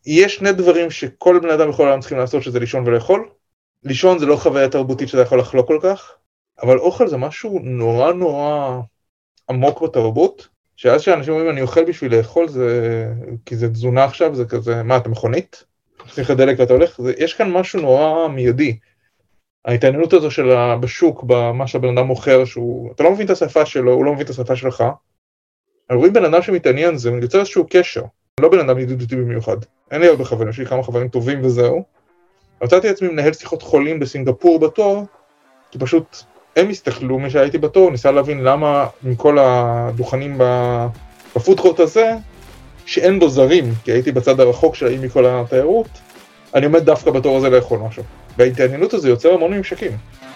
יש שני דברים שכל בן אדם יכול צריכים לעשות, שזה לישון ולאכול. לישון זה לא חוויה תרבותית שאתה יכול לחלוק כל כך, אבל אוכל זה משהו נורא נורא עמוק בתרבות, שאז שאנשים אומרים אני אוכל בשביל לאכול, כי זה תזונה עכשיו, זה כזה, מה אתה מכונית? צריך לדלק ואתה הולך, יש כאן משהו נורא מיידי. ההתעניינות הזו בשוק, במה שהבן אדם מוכר, אתה לא מבין את השפה שלו, הוא לא מבין את השפה שלך. רואים בן אדם שמתעניין, זה יוצר איזשהו קשר. לא בן אדם ידידותי במיוחד. אין לי הרבה חברים, יש לי כמה חברים טובים וזהו. מצאתי עצמי מנהל שיחות חולים בסינגפור בתור, כי פשוט הם הסתכלו, מי שהייתי בתור, ניסה להבין למה מכל הדוכנים בפודקורט הזה, שאין בו זרים, כי הייתי בצד הרחוק שלי מכל התיירות, אני עומד דווקא בתור הזה לאכול משהו. וההתעניינות הזה יוצר המון ממשקים.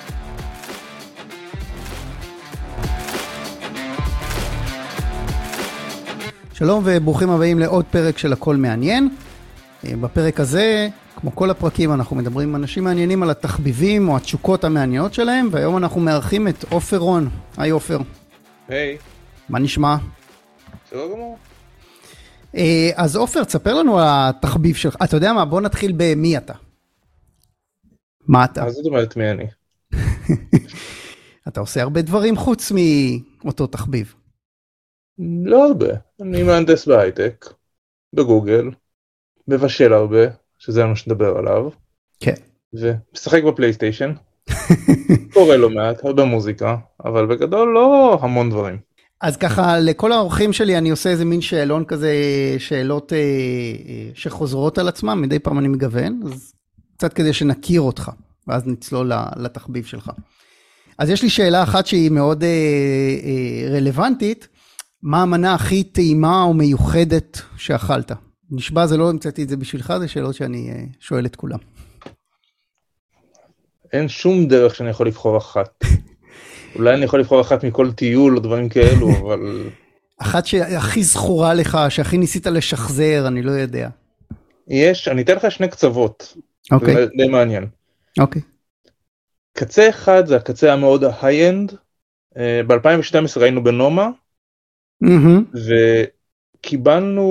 שלום וברוכים הבאים לעוד פרק של הכל מעניין. בפרק הזה, כמו כל הפרקים, אנחנו מדברים עם אנשים מעניינים על התחביבים או התשוקות המעניינות שלהם, והיום אנחנו מארחים את עופר רון. היי עופר. היי. מה נשמע? בסדר גמור. אז עופר, תספר לנו על התחביב שלך. אתה יודע מה? בוא נתחיל במי אתה. מה אתה? מה זאת אומרת מי אני? אתה עושה הרבה דברים חוץ מאותו תחביב. לא הרבה. אני מהנדס בהייטק, בגוגל, מבשל הרבה, שזה מה שנדבר עליו. כן. ומשחק בפלייסטיישן. קורא לא מעט, הרבה מוזיקה, אבל בגדול לא המון דברים. אז ככה, לכל האורחים שלי אני עושה איזה מין שאלון כזה, שאלות שחוזרות על עצמם, מדי פעם אני מגוון, אז קצת כדי שנכיר אותך, ואז נצלול לתחביב שלך. אז יש לי שאלה אחת שהיא מאוד רלוונטית, מה המנה הכי טעימה או מיוחדת שאכלת? נשבע, זה לא המצאתי את זה בשבילך, זה שאלות שאני שואל את כולם. אין שום דרך שאני יכול לבחור אחת. אולי אני יכול לבחור אחת מכל טיול או דברים כאלו, אבל... אחת שהכי זכורה לך, שהכי ניסית לשחזר, אני לא יודע. אני אתן לך שני קצוות. אוקיי. זה די מעניין. אוקיי. קצה אחד זה הקצה המאוד ההיי-אנד. ב-2012 היינו בנומה, וקיבלנו,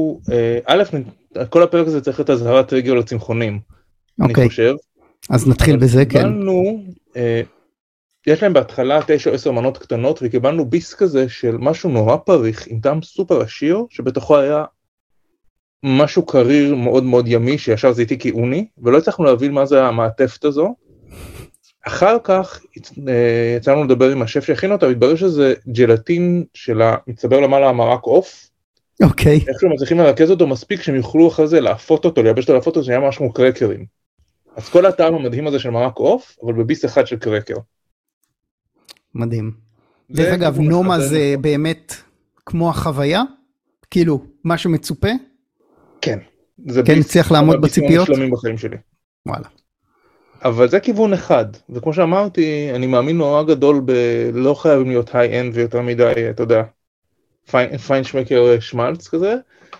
כל הפרק הזה צריך את הזהרת טריגר לצמחונים, אני חושב. אז נתחיל בזה, כן. קיבלנו, יש להם בהתחלה 9 או 10 מנות קטנות, וקיבלנו ביס כזה של משהו נורא פריך, עם טעם סופר עשיר, שבתוכו היה משהו קריר מאוד מאוד ימי, שישר זיתי כאוני, ולא הצלחנו להבין מה זה המעטפת הזו. אחר כך יצאנו לדבר עם השף שהכין אותה, והתברר שזה ג'לטין שלה, מצטבר למעלה המרק עוף. אוקיי. איכשהו מצליחים לרכז אותו מספיק, שהם יוכלו אחרי זה להפות אותו, לייבש אותו להפות אותו, זה היה ממש כמו קרקרים. אז כל הטעם המדהים הזה של מרק עוף, אבל בביס אחד של קרקר. מדהים. דרך אגב, נומה זה באמת כמו החוויה? כאילו, משהו מצופה? כן. כן, צריך לעמוד בציפיות? שלמים בחיים שלי. וואלה. אבל זה כיוון אחד, וכמו שאמרתי, אני מאמין נורא גדול לא חייבים להיות היי-אנד ויותר מדי, אתה יודע, פיינשמקר שמלץ כזה.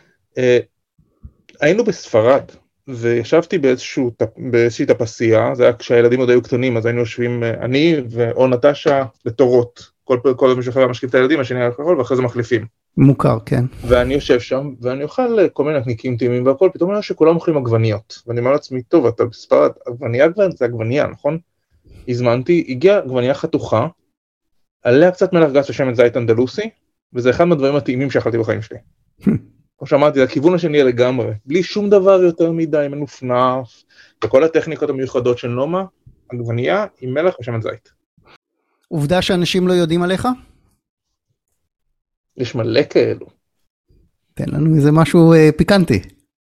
היינו בספרד, וישבתי באיזושהי טפסייה, זה היה כשהילדים עוד היו קטנים, אז היינו יושבים, אני ואו נטשה בתורות, כל מישהו אחר משקיף את הילדים, השני היה כחול, ואחרי זה מחליפים. מוכר, כן. ואני יושב שם, ואני אוכל כל מיני נקניקים טעימים והכל, פתאום אני שכולם אוכלים עגבניות, ואני אומר לעצמי, טוב, אתה בספרד, עגבנייה זה עגבנייה, נכון? הזמנתי, הגיעה עגבנייה חתוכה, עליה קצת מלח גס ושמן זית אנדלוסי, וזה אחד מהדברים הטעימים שאכלתי בחיים שלי. כמו שאמרתי, זה הכיוון השני לגמרי, בלי שום דבר יותר מדי מנופנף, וכל הטכניקות המיוחדות של נומה, עגבנייה עם מלח ושמן זית. עובדה שאנשים לא יודעים עליך? יש מלא כאלו. תן לנו איזה משהו פיקנטי.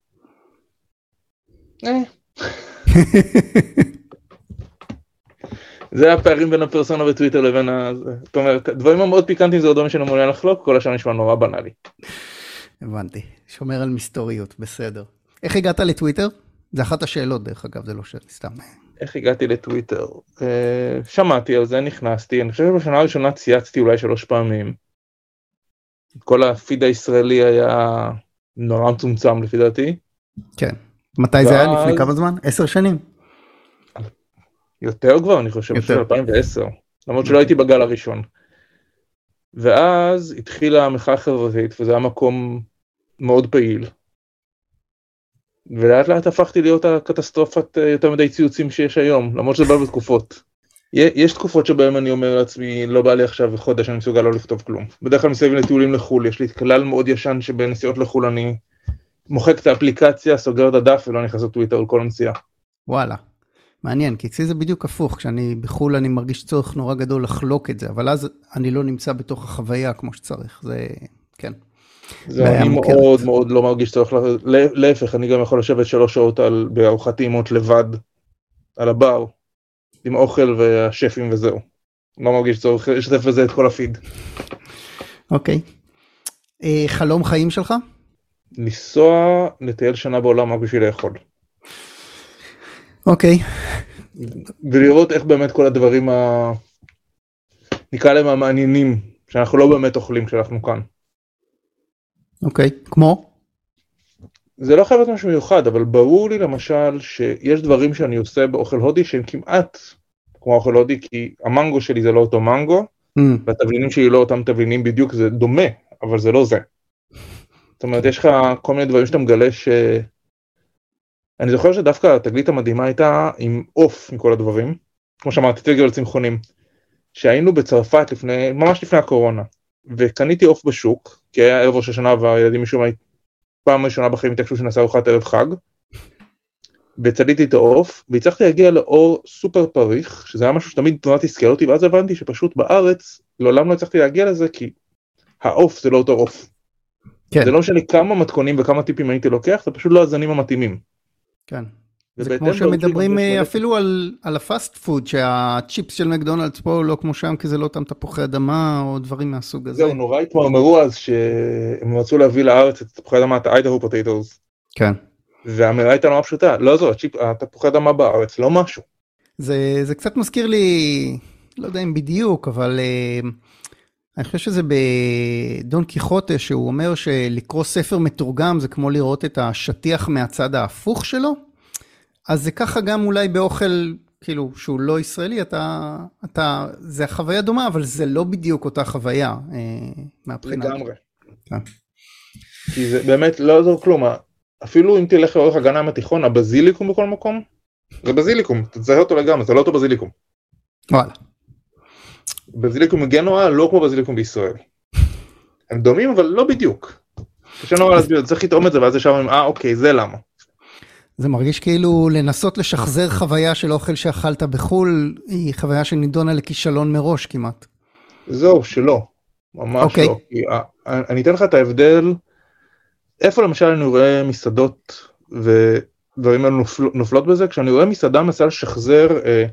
זה הפערים בין הפרסונה בטוויטר לבין זאת אומרת, דברים המאוד פיקנטיים זה עוד דברים שאני מעוניין לחלוק, כל השאר נשמע נורא בנאלי. הבנתי, שומר על מסתוריות, בסדר. איך הגעת לטוויטר? זה אחת השאלות דרך אגב, זה לא שאלה, סתם. איך הגעתי לטוויטר? שמעתי על זה, נכנסתי, אני חושב שבשנה הראשונה צייצתי אולי 3 פעמים. כל הפיד הישראלי היה נורא מצומצם לפי דעתי. כן. מתי זה היה? לפני כמה זמן? 10 שנים? יותר כבר, אני חושב, של 2010. למרות שלא הייתי בגל הראשון. ואז התחילה המחאה החברתית, וזה היה מקום מאוד פעיל. ולאט לאט הפכתי להיות הקטסטרופת יותר מדי ציוצים שיש היום, למרות שזה בא בתקופות. יש תקופות שבהם אני אומר לעצמי, לא בא לי עכשיו חודש, אני מסוגל לא לכתוב כלום. בדרך כלל מסביב לטיולים לחול, יש לי כלל מאוד ישן שבנסיעות לחול אני מוחק את האפליקציה, סוגר את הדף ולא נכנס לטוויטר על כל הנסיעה. וואלה, מעניין, כי אצלי זה בדיוק הפוך, כשאני בחול אני מרגיש צורך נורא גדול לחלוק את זה, אבל אז אני לא נמצא בתוך החוויה כמו שצריך, זה, כן. זה אני מאוד מאוד לא מרגיש צורך, להפך, אני גם יכול לשבת 3 שעות בארוחת טעימות לבד, על הבר, עם אוכל והשפים וזהו. לא מרגיש צורך, לשתף בזה את כל הפיד. אוקיי. חלום חיים שלך? לנסוע, לטייל שנה בעולם רק בשביל לאכול. אוקיי. ולראות איך באמת כל הדברים נקרא להם המעניינים, שאנחנו לא באמת אוכלים כשאנחנו כאן. אוקיי, כמו? זה לא חייב להיות משהו מיוחד, אבל ברור לי למשל שיש דברים שאני עושה באוכל הודי שהם כמעט כמו אוכל הודי, כי המנגו שלי זה לא אותו מנגו, והתבלינים שלי לא אותם תבלינים בדיוק, זה דומה, אבל זה לא זה. זאת אומרת, יש לך כל מיני דברים שאתה מגלה אני זוכר שדווקא התגלית המדהימה הייתה עם אוף מכל הדברים, כמו שאמרתי, טריגר לצמחונים, שהיינו בצרפת ממש לפני הקורונה, וקניתי אוף בשוק, כי היה ערב ראש השנה והילדים משום מה פעם ראשונה בחיים התעקשו שנעשה ארוחת ערב חג, וצדיתי את העוף, והצלחתי להגיע לאור סופר פריך, שזה היה משהו שתמיד תנועה תסכל אותי, ואז הבנתי שפשוט בארץ, לעולם לא הצלחתי להגיע לזה, כי העוף זה לא אותו עוף. כן. זה לא משנה כמה מתכונים וכמה טיפים הייתי לוקח, זה פשוט לא הזנים המתאימים. כן. זה כמו שמדברים אפילו על הפאסט פוד, שהצ'יפס של מקדונלדס פה לא כמו שם, כי זה לא אותם תפוחי אדמה או דברים מהסוג הזה. זהו, נורא התמרמרו אז שהם רצו להביא לארץ את תפוחי אדמה, את האיידהו פוטטוס. כן. והאמירה הייתה נורא פשוטה, לא זו, התפוחי אדמה בארץ, לא משהו. זה קצת מזכיר לי, לא יודע אם בדיוק, אבל אני חושב שזה בדון קיחוטה, שהוא אומר שלקרוא ספר מתורגם זה כמו לראות את השטיח מהצד ההפוך שלו, אז זה ככה גם אולי באוכל, כאילו, שהוא לא ישראלי, זה חוויה דומה, אבל זה לא בדיוק אותה חוויה, מהבחינה. לגמרי. כי זה באמת לא עזור כלום, אפילו אם תלך לאורך הגנה התיכון, הבזיליקום בכל מקום, זה בזיליקום, תזהה אותו לגמרי, זה לא אותו בזיליקום. וואלה. בזיליקום מגנואה לא כמו בזיליקום בישראל. הם דומים, אבל לא בדיוק. כשנורא להסביר, צריך לטעום את זה, ואז ישר אומרים, אוקיי, זה למה. זה מרגיש כאילו לנסות לשחזר חוויה של אוכל שאכלת בחול, היא חוויה שנידונה לכישלון מראש כמעט. זהו, שלא. ממש לא. אני אתן לך את ההבדל, איפה למשל אני רואה מסעדות ודברים האלה נופלות בזה, כשאני רואה מסעדה מנסה לשחזר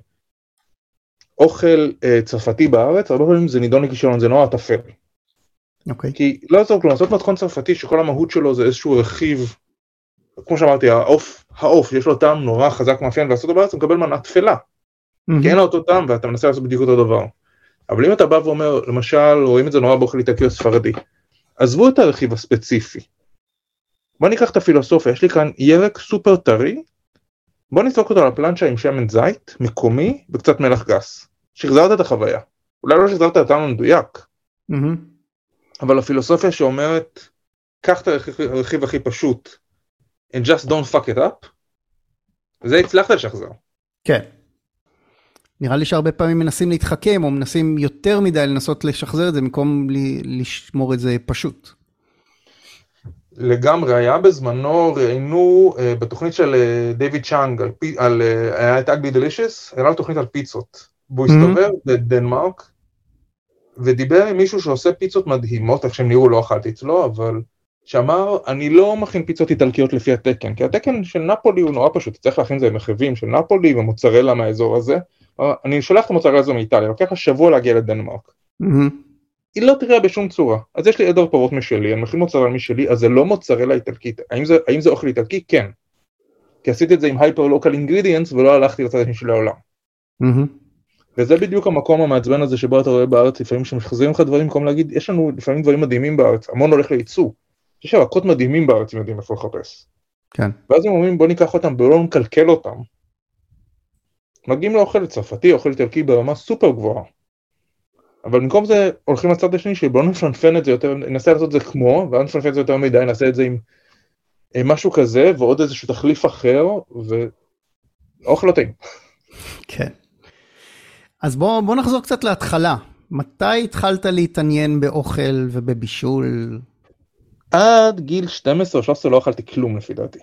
אוכל צרפתי בארץ, הרבה פעמים זה נידון לכישלון, זה נורא תפל. אוקיי. כי לא יעזור כלום, לעשות מתכון צרפתי שכל המהות שלו זה איזשהו רכיב, כמו שאמרתי, העוף, יש לו טעם נורא חזק מאפיין, ולעשות אותו בארץ, הוא מקבל מנה תפלה. כי אין לו אותו טעם, ואתה מנסה לעשות בדיוק אותו דבר. אבל אם אתה בא ואומר, למשל, רואים את זה נורא באוכל איטלקי או ספרדי, עזבו את הרכיב הספציפי. בוא ניקח את הפילוסופיה, יש לי כאן ירק סופר טרי, בוא נצלוק אותו על הפלנצ'ה עם שמן זית, מקומי, וקצת מלח גס. שחזרת את החוויה. אולי לא שחזרת את הטעם המדויק. אבל הפילוסופיה שאומרת, קח את הרכיב הכי פשוט, and just don't fuck it up, וזה הצלחת לשחזר. כן. נראה לי שהרבה פעמים מנסים להתחכם, או מנסים יותר מדי לנסות לשחזר את זה, במקום לשמור את זה פשוט. לגמרי, היה בזמנו, ראינו בתוכנית של דיוויד צ'אנג, היה את אגלי דלישס, היה לו תוכנית על פיצות, והוא הסתובב בדנמרק, ודיבר עם מישהו שעושה פיצות מדהימות, איך שהם נראו לא אכלתי אצלו, אבל שאמר, אני לא מכין פיצות איטלקיות לפי התקן, כי התקן של נפולי הוא נורא פשוט, צריך להכין זה עם מחריבים של נפולי ומוצרלה מהאזור הזה, אני שולח את המוצרלה הזו מאיטליה, לוקח שבוע להגיע לדנמרק. היא לא תראה בשום צורה, אז יש לי עדר פירות משלי, אני מכין מוצרלה משלי, אז זה לא מוצרלה איטלקית, האם זה אוכל איטלקי? כן. כי עשיתי את זה עם hyper-local ingredients, ולא הלכתי לצד השני של העולם. וזה בדיוק המקום המעצבן הזה שבו אתה רואה בארץ, לפעמים שמחזירים לך דברים, במקום להגיד, יש לנו לפעמים דברים מדהימים בארץ, המון הולך לייצוא, יש ירקות מדהימים בארץ, אם יודעים איפה לחפש. כן. ואז הם אומרים, בוא ניקח אותם, בואו נקלקל אותם. מגיעים לאוכל צרפתי, אוכל איטלקי ברמה סופר גבוהה. אבל במקום זה, הולכים לצד השני, שבואו נפנפן את זה יותר, ננסה לעשות את זה כמו, ואז נפנפן את זה יותר מדי, נעשה את זה עם משהו כזה, ועוד איזשהו תחליף אחר, ואוכל לא טעים. כן. אז בוא נחזור קצת להתחלה. מתי התחלת להתעניין באוכל ובבישול? עד גיל 12 או 13 לא אכלתי כלום לפי דעתי.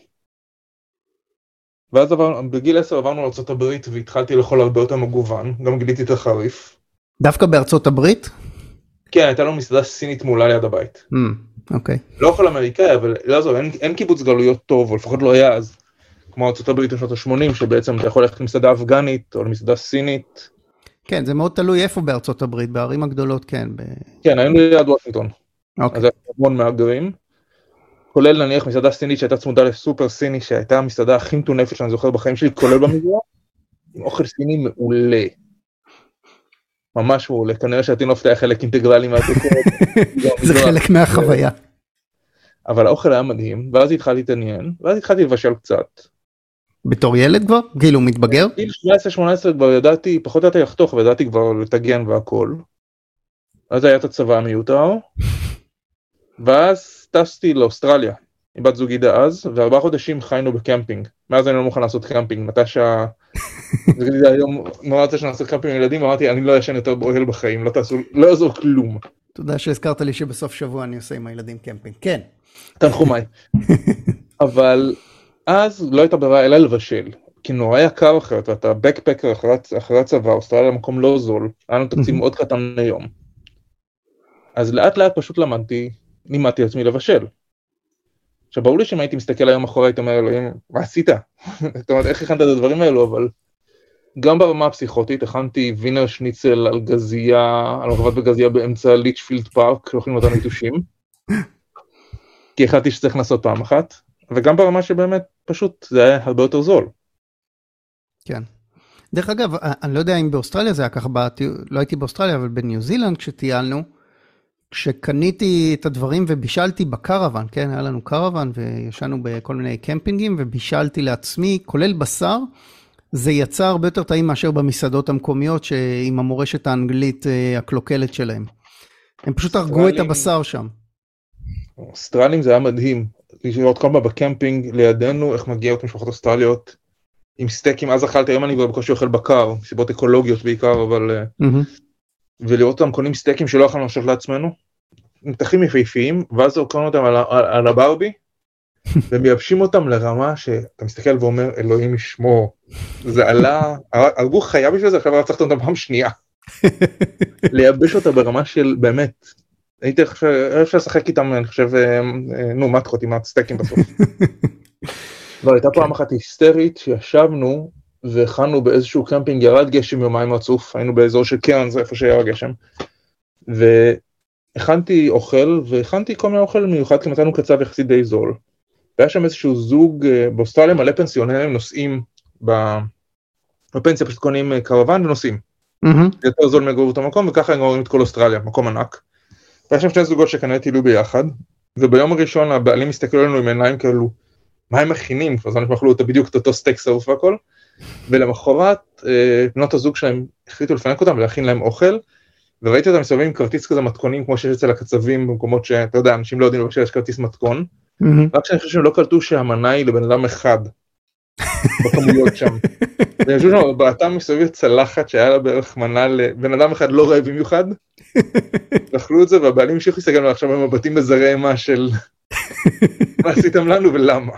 ואז בגיל 10 עברנו לארצות הברית והתחלתי לאכול הרבה יותר מגוון, גם גיליתי את החריף. דווקא בארצות הברית? כן, הייתה לנו מסעדה סינית מעולה ליד הבית. אוקיי. לא אוכל אמריקאי, אבל לא זו, אין קיבוץ גלויות טוב, או לפחות לא היה אז, כמו ארצות הברית בשנות ה-80, שבעצם אתה יכול ללכת למסעדה אפגנית או למסעדה סינית. כן, זה מאוד תלוי איפה בארצות הברית, בערים הגדולות, כן. כן, היינו ליד וושינגטון. אוקיי. אז היה המון מהגרים. כולל נניח מסעדה סינית שהייתה צמודה לסופר סיני, שהייתה המסעדה הכי מטונפת שאני זוכר בחיים שלי, כולל במזרח, עם אוכל סיני מעולה. ממש מעולה, כנראה שהטינופת היה חלק אינטגרלי מהתקורת. זה חלק מהחוויה. אבל האוכל היה מדהים, ואז התחלתי להתעניין, ואז התחלתי לבשל קצת. בתור ילד כבר? כאילו מתבגר? בגיל 17-18 כבר ידעתי, פחות ידעתי לחתוך, וידעתי כבר לטגן והכל. אז היה את הצבא המיותר, ואז טסתי לאוסטרליה, עם בת זוגי דאז, ו4 חודשים חיינו בקמפינג. מאז אני לא מוכן לעשות קמפינג, מתי היום נורא רוצה שנעשה קמפינג עם ילדים, אמרתי, אני לא ישן יותר באוהל בחיים, לא יעזור כלום. תודה שהזכרת לי שבסוף שבוע אני עושה עם הילדים קמפינג. כן. תנחומיי. אבל אז לא הייתה ברירה אלא לבשל, כי נורא יקר אחרת, ואתה בקפקר אחרי הצבא, אוסטרליה למקום לא זול, היה לנו תקציב מאוד קטן ליום. אז לאט לאט פשוט לימדתי עצמי לבשל. עכשיו ברור לי שאם הייתי מסתכל היום אחורה, הייתי אומר, אלוהים, מה עשית? זאת אומרת, איך הכנת את הדברים האלו, אבל גם ברמה הפסיכוטית, הכנתי וינר שניצל על גזייה, על מרחבת בגזייה באמצע ליצ'פילד פארק, לוקחים אותנו איתושים, כי החלטתי שצריך לעשות פעם אחת, וגם ברמה שבאמת פשוט זה היה הרבה יותר זול. כן. דרך אגב, אני לא יודע אם באוסטרליה זה היה ככה, לא הייתי באוסטרליה, אבל בניו זילנד כשטיילנו, כשקניתי את הדברים ובישלתי בקרוון, כן, היה לנו קרוון וישנו בכל מיני קמפינגים, ובישלתי לעצמי, כולל בשר, זה יצא הרבה יותר טעים מאשר במסעדות המקומיות, עם המורשת האנגלית הקלוקלת שלהם. הם פשוט הרגו את הבשר שם. אוסטרלים זה היה מדהים, לראות כל פעם בקמפינג לידינו, איך מגיעות משפחות אוסטרליות, עם סטייקים, אז אכלתי, היום אני כבר בקושי אוכל בקר, מסיבות אקולוגיות בעיקר, אבל... ולראות אותם קונים סטייקים שלא אכלנו עכשיו לעצמנו, מתחים יפהפיים, ואז זורקים אותם על הברבי, ומייבשים אותם לרמה שאתה מסתכל ואומר, אלוהים ישמור, זה עלה, הרגו חיה בשביל זה, עכשיו צריך אותם פעם שנייה, לייבש אותה ברמה של באמת, הייתי אפשר לשחק איתם, אני חושב, מתחות עם הסטייקים בסוף. לא, הייתה פעם אחת היסטרית, שישבנו, והכנו באיזשהו קמפינג, ירד גשם יומיים רצוף, היינו באזור של קרנס, איפה שהיה הגשם, והכנתי אוכל, והכנתי כל מיני אוכל מיוחד, כי מצאנו קצב יחסית די זול, והיה שם איזשהו זוג, באוסטרליה מלא פנסיונרים נוסעים, בפנסיה פשוט קונים קרוון ונוסעים, יותר זול מגור את המקום, וככה הם גוררים את כל אוסטרליה, מקום ענק, והיה שם שני זוגות שכנראה טיילו ביחד, וביום הראשון הבעלים הסתכלו עלינו עם עיניים כאלו, מה הם מכינים? אז אנחנו אכלו בדיוק את אותו סטייק שרוף והכל, ולמחרת בנות הזוג שלהם החליטו לפנק אותם ולהכין להם אוכל, וראיתי אותם מסתובבים עם כרטיס כזה מתכונים, כמו שיש אצל הקצבים במקומות שאתה יודע, אנשים לא יודעים לבשל יש כרטיס מתכון, רק שאני חושב שהם לא קלטו שהמנה היא לבן אדם אחד, בכמויות שם. ואני חושב שבאתם מסתובבים צלחת שהיה לה בערך מנה לבן אדם אחד לא רעב במיוחד, ואכלו את זה, והבעלים המשיכו להסתכל עכשיו עם מבטים בזרי אימה של מה עשיתם לנו ולמה.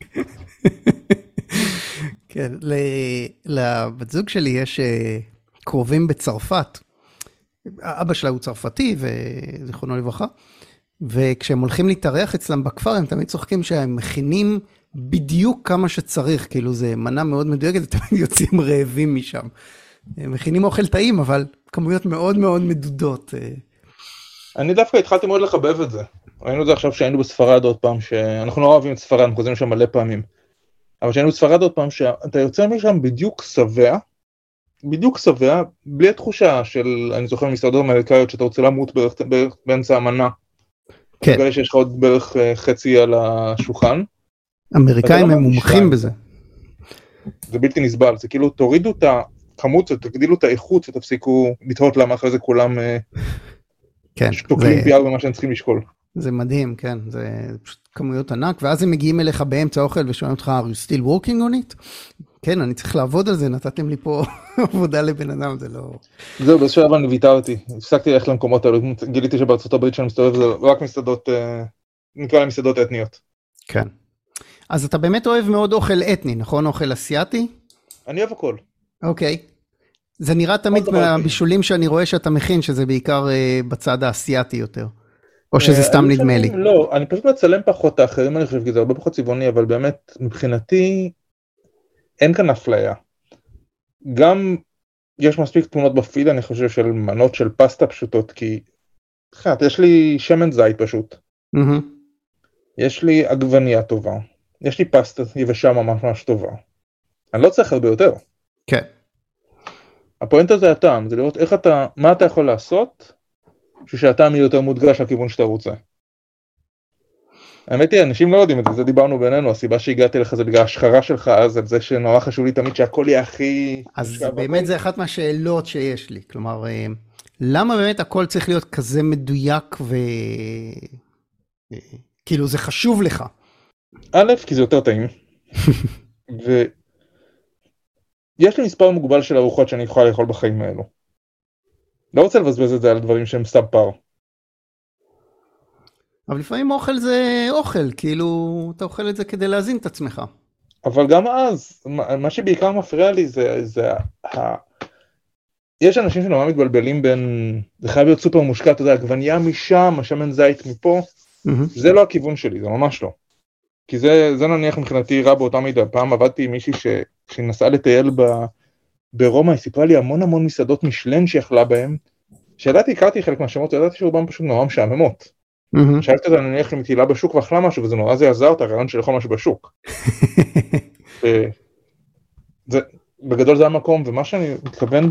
כן, לבת זוג שלי יש קרובים בצרפת. אבא שלה הוא צרפתי, וזיכרונו לברכה, וכשהם הולכים להתארח אצלם בכפר, הם תמיד צוחקים שהם מכינים בדיוק כמה שצריך, כאילו זה מנה מאוד מדויקת, ותמיד יוצאים רעבים משם. הם מכינים אוכל טעים, אבל כמויות מאוד מאוד מדודות. אני דווקא התחלתי מאוד לחבב את זה. ראינו את זה עכשיו שהיינו בספרד עוד פעם, שאנחנו לא אוהבים את ספרד, אנחנו חוזרים שם מלא פעמים. אבל שהיינו בספרד עוד פעם, שאתה יוצא משם בדיוק שבע, בלי התחושה של, אני זוכר מסעדות אמריקאיות, שאתה רוצה למות באמצע המנה. כן. בגלל שיש לך עוד בערך חצי על השולחן. אמריקאים הם מומחים בזה. זה בלתי נסבל, זה כאילו תורידו את הכמות, תגדילו את האיכות, ותפסיקו לתהות למה אחרי זה כולם שוקלים פי הרבה מה שהם צריכים לשקול. זה מדהים, כן, זה פשוט כמויות ענק, ואז הם מגיעים אליך באמצע האוכל ושואלים אותך, are you still working on it? כן, אני צריך לעבוד על זה, נתתם לי פה עבודה לבן אדם, זה לא... זהו, באיזשהו אבל אני ויתרתי, הפסקתי ללכת למקומות האלו, גיליתי שבארצות הברית שאני מסתובב, זה רק מסעדות, נקרא להם מסעדות אתניות. כן. אז אתה באמת אוהב מאוד אוכל אתני, נכון? אוכל אסיאתי? אני אוהב הכל. אוקיי. זה נראה תמיד מהבישולים שאני רואה שאתה מכין, שזה בעיקר בצד האסיאתי יותר. או שזה סתם נדמה לי. לא, אני פשוט מצלם פחות האחרים, אני חושב, כי זה הרבה פחות צבעוני, אבל באמת, מבחינתי, אין כאן אפליה. גם יש מספיק תמונות בפיד, אני חושב, של מנות של פסטה פשוטות, כי יש לי שמן זית פשוט. יש לי עגבניה טובה. יש לי פסטה יבשה ממש ממש טובה. אני לא צריך הרבה יותר. כן. הפואנטה זה הטעם, זה לראות איך אתה, מה אתה יכול לעשות, שהטעם יהיה יותר מודגש לכיוון שאתה רוצה. האמת היא, אנשים לא יודעים את זה, זה דיברנו בינינו, הסיבה שהגעתי לך זה בגלל השחרה שלך אז, על זה שנורא חשוב לי תמיד שהכל יהיה הכי... אז באמת זה אחת מהשאלות שיש לי, כלומר, למה באמת הכל צריך להיות כזה מדויק כאילו זה חשוב לך? א', כי זה יותר טעים, ויש לי מספר מוגבל של ארוחות שאני יכולה לאכול בחיים האלו. לא רוצה לבזבז את זה על דברים שהם סתם פר. אבל לפעמים אוכל זה אוכל, כאילו אתה אוכל את זה כדי להזין את עצמך. אבל גם אז, מה שבעיקר מפריע לי יש אנשים שנורא מתבלבלים בין, זה חייב להיות סופר מושקע, אתה יודע, עגבניה משם, השמן זית מפה, זה לא הכיוון שלי, זה ממש לא. כי זה נניח מבחינתי רע באותה מידה. פעם עבדתי עם מישהי שנסעה לטייל ברומא, היא סיפרה לי המון מסעדות משלן שיכלה בהם, שידעתי, הכרתי חלק מהשמות, ידעתי שרובם פשוט נורא משעממות. שאלתי אותה, נניח אם היא תהילה בשוק ואכלה משהו, וזה נורא זה עזר את הרעיון של לאכול משהו בשוק. בגדול זה המקום, ומה שאני מתכוון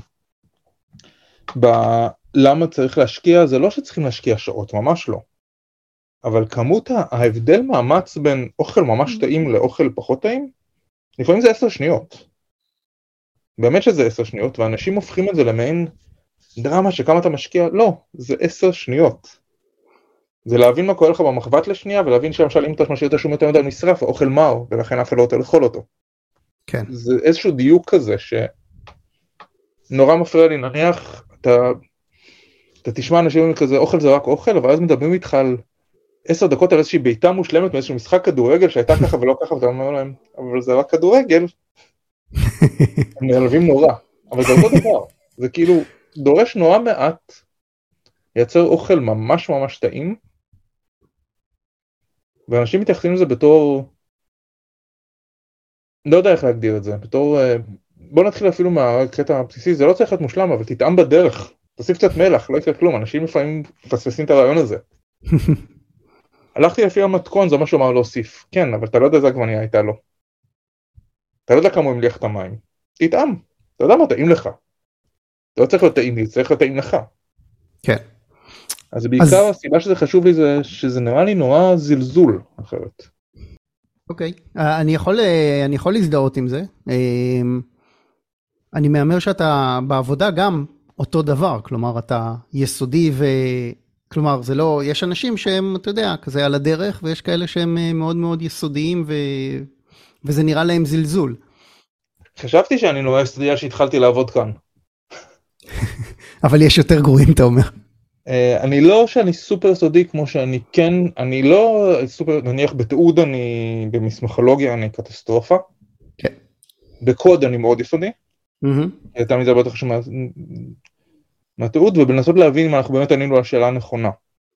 למה צריך להשקיע, זה לא שצריכים להשקיע שעות, ממש לא. אבל כמות ההבדל מאמץ בין אוכל ממש טעים לאוכל פחות טעים, לפעמים זה 10 שניות. באמת שזה 10 שניות, ואנשים הופכים את זה למעין דרמה שכמה אתה משקיע, לא, זה 10 שניות. זה להבין מה קורה לך במחבת לשנייה, ולהבין שלמשל אם אתה משאיר את השום יותר מדי נשרף, האוכל מר, ולכן אף אחד לא רוצה לאכול אותו. כן. זה איזשהו דיוק כזה, שנורא מפריע לי, נניח, אתה תשמע אנשים כזה, אוכל זה רק אוכל, אבל אז מדברים איתך על 10 דקות על איזושהי ביתה מושלמת, מאיזשהו משחק כדורגל שהייתה ככה ולא ככה, ואתה אומר להם, אבל זה רק כדורגל. הם נעלבים נורא, אבל זה אותו דבר. זה כאילו דורש נורא מעט, לייצר אוכל ממש ממש טעים, ואנשים מתייחסים לזה בתור, לא יודע איך להגדיר את זה, בתור, בוא נתחיל אפילו מהקטע הבסיסי, זה לא צריך להיות מושלם, אבל תטעם בדרך, תוסיף קצת מלח, לא יקרה כלום, אנשים לפעמים מפספסים את הרעיון הזה. הלכתי לפי המתכון, זה מה שהוא אמר להוסיף, כן, אבל אתה לא יודע איזה עגבניה הייתה לו. אתה לא יודע כמה הוא המליח את המים, תטעם, אתה יודע מה טעים לך. אתה לא צריך להיות טעים לי, צריך להיות טעים לך. כן. אז בעיקר הסיבה שזה חשוב לי זה שזה נראה לי נורא זלזול אחרת. אוקיי, אני יכול להזדהות עם זה. אני מאמר שאתה בעבודה גם אותו דבר, כלומר אתה יסודי כלומר זה לא, יש אנשים שהם, אתה יודע, כזה על הדרך, ויש כאלה שהם מאוד מאוד יסודיים וזה נראה להם זלזול. חשבתי שאני נורא יסודי שהתחלתי לעבוד כאן. אבל יש יותר גרועים, אתה אומר. אני לא שאני סופר סודי כמו שאני כן, אני לא סופר, נניח בתיעוד אני, במסמכולוגיה אני קטסטרופה. כן. בקוד אני מאוד יסודי. הייתה מזה בטח מהתיעוד, ובלנסות להבין אם אנחנו באמת ענינו על השאלה הנכונה.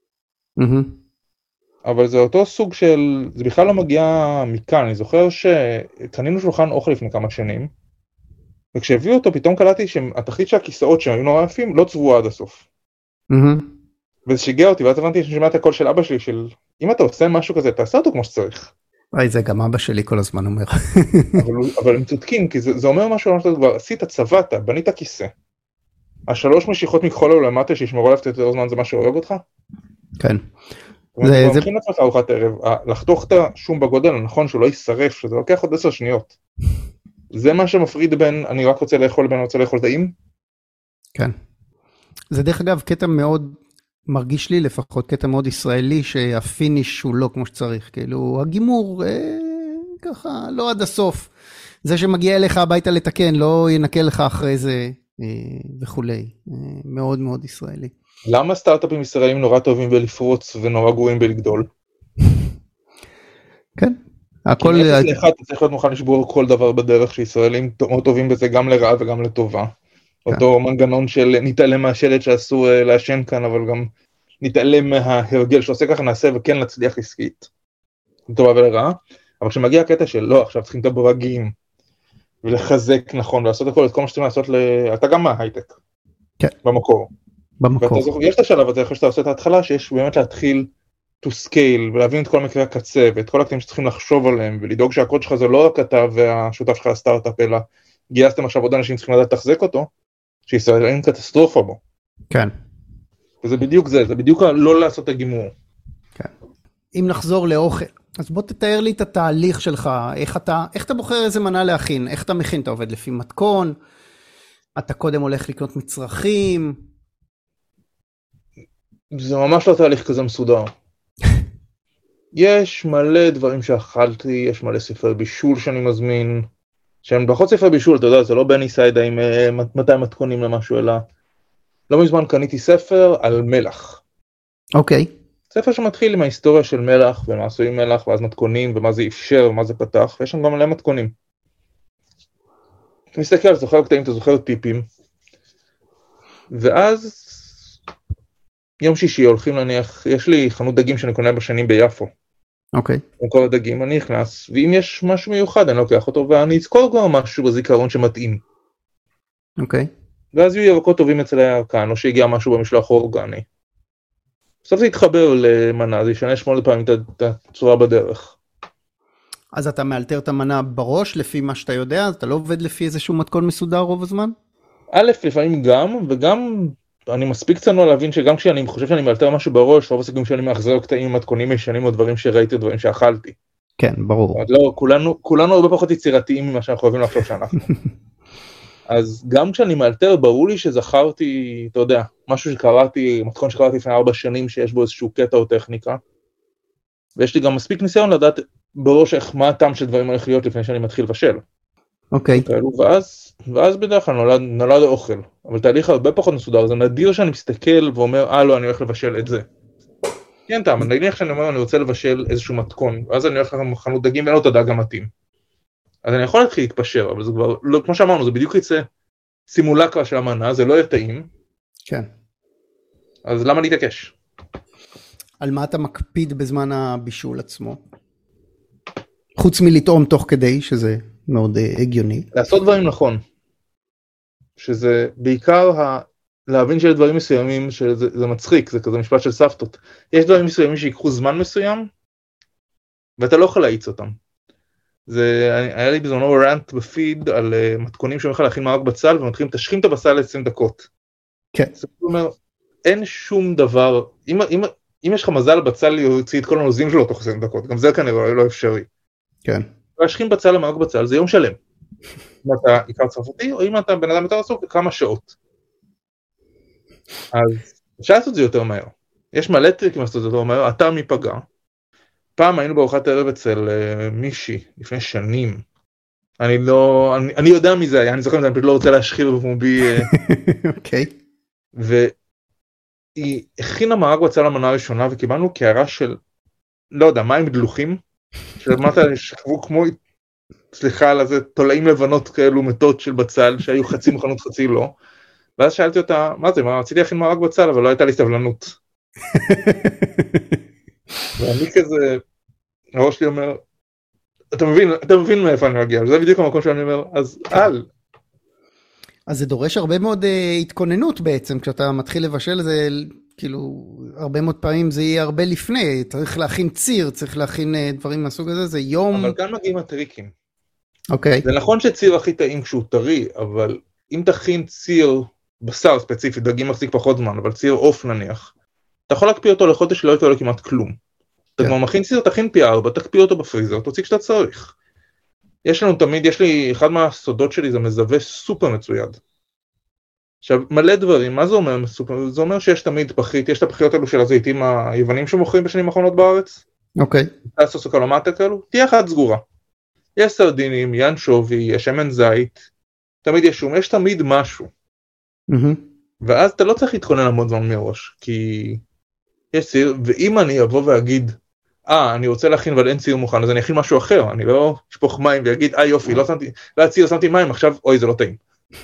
אבל זה אותו סוג של, זה בכלל לא מגיע מכאן, אני זוכר שקנינו שולחן אוכל לפני כמה שנים, וכשהביאו אותו פתאום קלטתי שהתחתית של הכיסאות שהיו נורא יפים לא צבועה עד הסוף. וזה שיגע אותי, ואז הבנתי שאני שומע את הקול של אבא שלי, של אם אתה עושה משהו כזה, תעשה אותו כמו שצריך. זה גם אבא שלי כל הזמן אומר. אבל הם צודקים, כי זה אומר משהו, כבר עשית, צבעת, בנית כיסא. 3 משיכות מכחול לו למטה שישמרו עליו יותר זמן, זה מה שהורג אותך? כן. זה מכין לעצמך ארוחת ערב, לחתוך את השום בגודל, נכון שהוא לא יישרף, שזה לוקח עוד 10 שניות. זה מה שמפריד בין אני רק רוצה לאכול, בין אני רוצה לאכול טעים? כן. זה דרך אגב קטע מאוד מרגיש לי לפחות קטע מאוד ישראלי, שהפיניש הוא לא כמו שצריך, כאילו הגימור ככה לא עד הסוף, זה שמגיע אליך הביתה לתקן, לא ינקה לך אחרי זה וכולי, מאוד מאוד ישראלי. למה סטארט-אפים ישראלים נורא טובים בלפרוץ ונורא גרועים בלגדול? כן. הכל... כי מאחד אתה צריך להיות מוכן לשבור כל דבר בדרך, שישראלים טובים בזה גם לרעה וגם לטובה. אותו מנגנון של נתעלם מהשלט שאסור לעשן כאן, אבל גם נתעלם מההרגל שעושה ככה נעשה וכן נצליח עסקית. לטובה ולרעה. אבל כשמגיע הקטע של לא, עכשיו צריכים את הברגים, ולחזק נכון, ולעשות הכל, את כל מה שצריכים לעשות, אתה גם מההייטק. כן. במקור. יש את השלב הזה, אחרי שאתה עושה את ההתחלה, שיש באמת להתחיל to scale, ולהבין את כל מקרי הקצה, ואת כל הקטעים שצריכים לחשוב עליהם, ולדאוג שהקוד שלך זה לא רק אתה והשותף שלך הסטארט-אפ, אלא גייסתם עכשיו עוד אנשים צריכים לדעת לתחזק אותו, שישראלים קטסטרופה בו. כן. וזה בדיוק זה בדיוק לא לעשות את הגימור. כן. אם נחזור לאוכל, אז בוא תתאר לי את התהליך שלך, איך אתה בוחר איזה מנה להכין, איך אתה מכין, אתה עובד לפי מתכון, אתה קודם הולך לקנות מצרכים. זה ממש לא תהליך כזה מסודר. יש מלא דברים שאכלתי, יש מלא ספרי בישול שאני מזמין, שהם פחות ספרי בישול, אתה יודע, זה לא בני סיידה עם 200 מתכונים למשהו, אלא לא מזמן קניתי ספר על מלח. אוקיי. ספר שמתחיל עם ההיסטוריה של מלח, ומה עשויים מלח, ואז מתכונים, ומה זה אפשר, ומה זה פתח, ויש שם גם מלא מתכונים. אתה מסתכל, אתה זוכר קטעים, אתה זוכר טיפים, ואז יום שישי הולכים להניח, יש לי חנות דגים שאני קונה בשנים ביפו. אוקיי. עם כל הדגים, אני נכנס, ואם יש משהו מיוחד, אני לוקח אותו, ואני אזכור כבר משהו בזיכרון שמתאים. אוקיי. ואז יהיו ירקות טובים אצל הירקן, או שהגיע משהו במשלוח אורגני. בסוף זה יתחבר למנה, זה ישנה 8 פעמים את הצורה בדרך. אז אתה מאלתר את המנה בראש, לפי מה שאתה יודע, אז אתה לא עובד לפי איזשהו מתכון מסודר רוב הזמן? א', לפעמים גם, וגם אני מספיק צנוע להבין שגם כשאני חושב שאני מאלתר משהו בראש, רוב הסיכויים שאני מאחזר קטעים עם מתכונים ישנים, או דברים שראיתי, או דברים שאכלתי. כן, ברור. לא, כולנו הרבה פחות יצירתיים ממה שאנחנו אוהבים לחשוב שאנחנו. אז גם כשאני מאלתר, ברור לי שזכרתי, אתה יודע, משהו שקראתי, מתכון שקראתי לפני 4 שנים, שיש בו איזשהו קטע או טכניקה, ויש לי גם מספיק ניסיון לדעת בראש איך מה הטעם של דברים הולך להיות לפני שאני מתחיל לבשל. אוקיי. ואז בדרך כלל נולד האוכל, אבל תהליך הרבה פחות מסודר, זה נדיר שאני מסתכל ואומר, לא, אני הולך לבשל את זה. כן, טעם, נניח שאני אומר, אני רוצה לבשל איזשהו מתכון, ואז אני הולך לחנות דגים ואין לו את הדג המתאים. אז אני יכול להתחיל להתפשר, אבל זה כבר, לא, כמו שאמרנו, זה בדיוק יצא סימולקה של המנה, זה לא יהיה טעים. כן. אז למה להתעקש? על מה אתה מקפיד בזמן הבישול עצמו? חוץ מלטעום תוך כדי, שזה מאוד הגיוני. לעשות דברים נכון. שזה בעיקר להבין שיש דברים מסוימים, שזה מצחיק, זה כזה משפט של סבתות. יש דברים מסוימים שיקחו זמן מסוים, ואתה לא יכול להאיץ אותם. היה לי בזמנו רנט בפיד על מתכונים שאומרים לך להכין מרק בצל, ומתחילים תשכים את הבצל ל20 דקות. כן. זאת אומרת, אין שום דבר, אם יש לך מזל בצל להוציא את כל הנוזים שלו תוך 20 דקות, גם זה כנראה לא אפשרי. כן. להשכים בצל למרק בצל זה יום שלם. אם אתה עיקר צרפתי, או אם אתה בן אדם יותר עסוק, כמה שעות. אז אפשר לעשות את זה יותר מהר. יש מלא טריקים לעשות את זה יותר מהר, אתה מפגע. פעם היינו בארוחת ערב אצל מישהי, לפני שנים. אני יודע מי זה היה, אני זוכר את זה, אני פשוט לא רוצה להשחיר בפומבי. אוקיי. והיא הכינה מרק בצל למנה הראשונה, וקיבלנו קערה של, לא יודע, מים דלוחים, שלמטה שכבו כמו, סליחה על זה, תולעים לבנות כאלו מתות של בצל, שהיו חצי מוכנות חצי לא. ואז שאלתי אותה, מה זה, רציתי להכין מרק בצל, אבל לא הייתה לי סבלנות. ואני כזה, הראש שלי אומר, אתה מבין מאיפה אני מגיע, זה בדיוק המקום שאני אומר, אז אז זה דורש הרבה מאוד התכוננות בעצם, כשאתה מתחיל לבשל זה, כאילו, הרבה מאוד פעמים זה יהיה הרבה לפני, צריך להכין ציר, צריך להכין דברים מהסוג הזה, זה יום. אבל כאן מגיעים הטריקים. אוקיי. זה נכון שציר הכי טעים כשהוא טרי, אבל אם תכין ציר בשר ספציפי, דגים מחזיק פחות זמן, אבל ציר עוף נניח, אתה יכול להקפיא אותו לחודש שלא יתעולה כמעט כלום. אתה כבר מכין ציר, תכין פי 4, תקפיא אותו בפריזר, תוציא כשאתה צריך. יש לי, אחד מהסודות שלי זה מזווה סופר מצויד. עכשיו, מלא דברים, מה זה אומר? זה אומר שיש תמיד פחית, יש את הפחיות האלו של הזיתים היוונים שמוכרים בשנים האחרונות בארץ. אוקיי. טסוס וקלומטה כאלו, תהיה אחת סגורה. יש סרדינים, יש אנשובי, יש שמן זית, תמיד יש שום, יש תמיד משהו. ואז אתה לא צריך להתכונן המון זמן מראש, כי יש סיר, ואם אני אבוא ואגיד, אני רוצה להכין אבל אין ציר מוכן, אז אני אכין משהו אחר, אני לא אשפוך מים ויגיד, יופי, לא הציר, שמתי מים, עכשיו, אוי, זה לא טעים.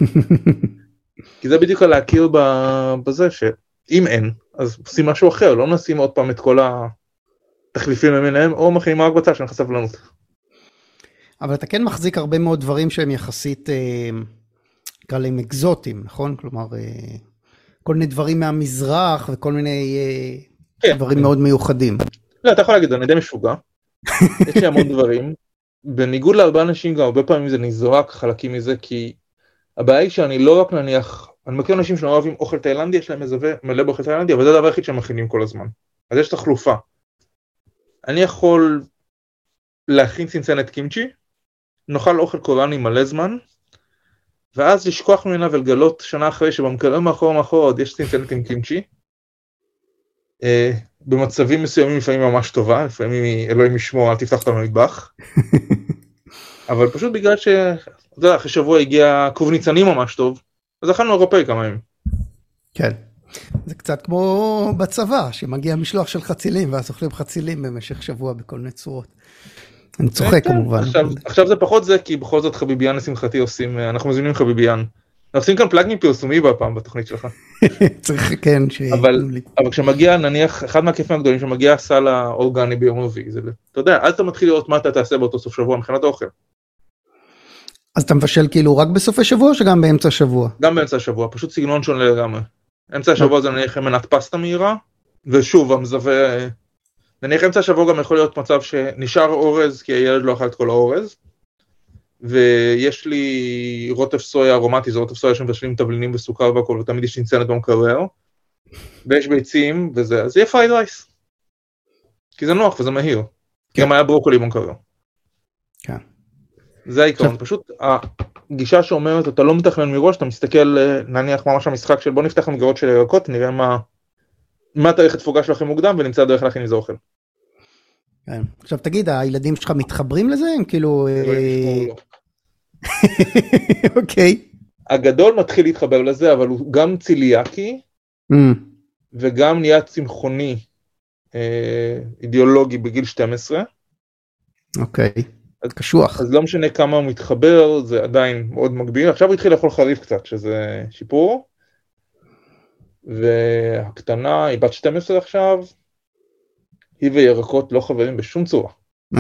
כי זה בדיוק להכיר בזה שאם אין, אז עושים משהו אחר, לא נשים עוד פעם את כל התחליפים למיניהם, או מכינים רק בצד שאין לך סבלנות. אבל אתה כן מחזיק הרבה מאוד דברים שהם יחסית, נקרא להם אקזוטיים, נכון? כלומר, כל מיני דברים מהמזרח וכל מיני דברים מאוד מיוחדים. לא, אתה יכול להגיד, אני די משוגע. יש לי המון דברים. בניגוד להרבה אנשים, גם הרבה פעמים זה נזרק חלקים מזה, כי הבעיה היא שאני לא רק נניח, אני מכיר אנשים שנורא אוהבים אוכל תאילנדי, יש להם מזווה מלא באוכל תאילנדי, אבל זה הדבר היחיד שהם מכינים כל הזמן. אז יש תחלופה. אני יכול להכין צנצנת קימצ'י, נאכל אוכל קוריאני מלא זמן, ואז לשכוח ממנה ולגלות שנה אחרי שבמקרר מאחור עוד יש צנצנת עם קימצ'י. במצבים מסוימים לפעמים ממש טובה, לפעמים אלוהים ישמור, אל תפתח אותנו מטבח. אבל פשוט בגלל אחרי שבוע הגיע כרוב ניצנים ממש טוב, אז אכלנו אירופאי כמה ימים. כן. זה קצת כמו בצבא, שמגיע משלוח של חצילים, ואז אוכלים חצילים במשך שבוע בכל מיני צורות. אני צוחק כמובן. עכשיו זה פחות זה, כי בכל זאת חביביאן לשמחתי עושים, אנחנו מזמינים חביביאן. אנחנו עושים כאן פלאגים פרסומי בפעם בתוכנית שלך. צריך כן. אבל כשמגיע, נניח, אחד מהכיפים הגדולים, שמגיע הסל האורגני ביום רביעי, אתה יודע, אז אתה מתחיל לראות מה אתה תעשה באותו סוף שבוע מבחינת האוכל. אז אתה מבשל כאילו רק בסופי שבוע, או שגם באמצע השבוע? גם באמצע השבוע, פשוט סגנון שונה לגמרי. אמצע השבוע זה נניח מנת פסטה מהירה, ושוב, המזווה, נניח אמצע השבוע גם יכול להיות מצב שנשאר אורז, כי הילד לא אכל את כל האורז, ויש לי רוטף סויה ארומטי, זה רוטף סויה שמבשלים תבלינים וסוכר והכל, ותמיד יש צנצנת במקרר, ויש ביצים וזה, אז יהיה פרייד רייס. כי זה נוח וזה מהיר. כי גם היה ברוקולי במקרר. כן. זה העיקרון, פשוט הגישה שאומרת, אתה לא מתכנן מראש, אתה מסתכל, נניח ממש המשחק של בוא נפתח המגרות של הירקות, נראה מה תאריך התפוגה שלכם מוקדם, ונמצא דרך להכין איזה אוכל. כן. עכשיו תגיד, הילדים שלך מתחברים לזה? הם כאילו... אוקיי. הגדול מתחיל להתחבר לזה, אבל הוא גם ציליאקי, וגם נהיה צמחוני אידיאולוגי בגיל 12. אוקיי. קשוח. אז לא משנה כמה הוא מתחבר, זה עדיין מאוד מגביל. עכשיו הוא התחיל לאכול חריף קצת, שזה שיפור. והקטנה היא בת 12 עכשיו, היא וירקות לא חברים בשום צורה.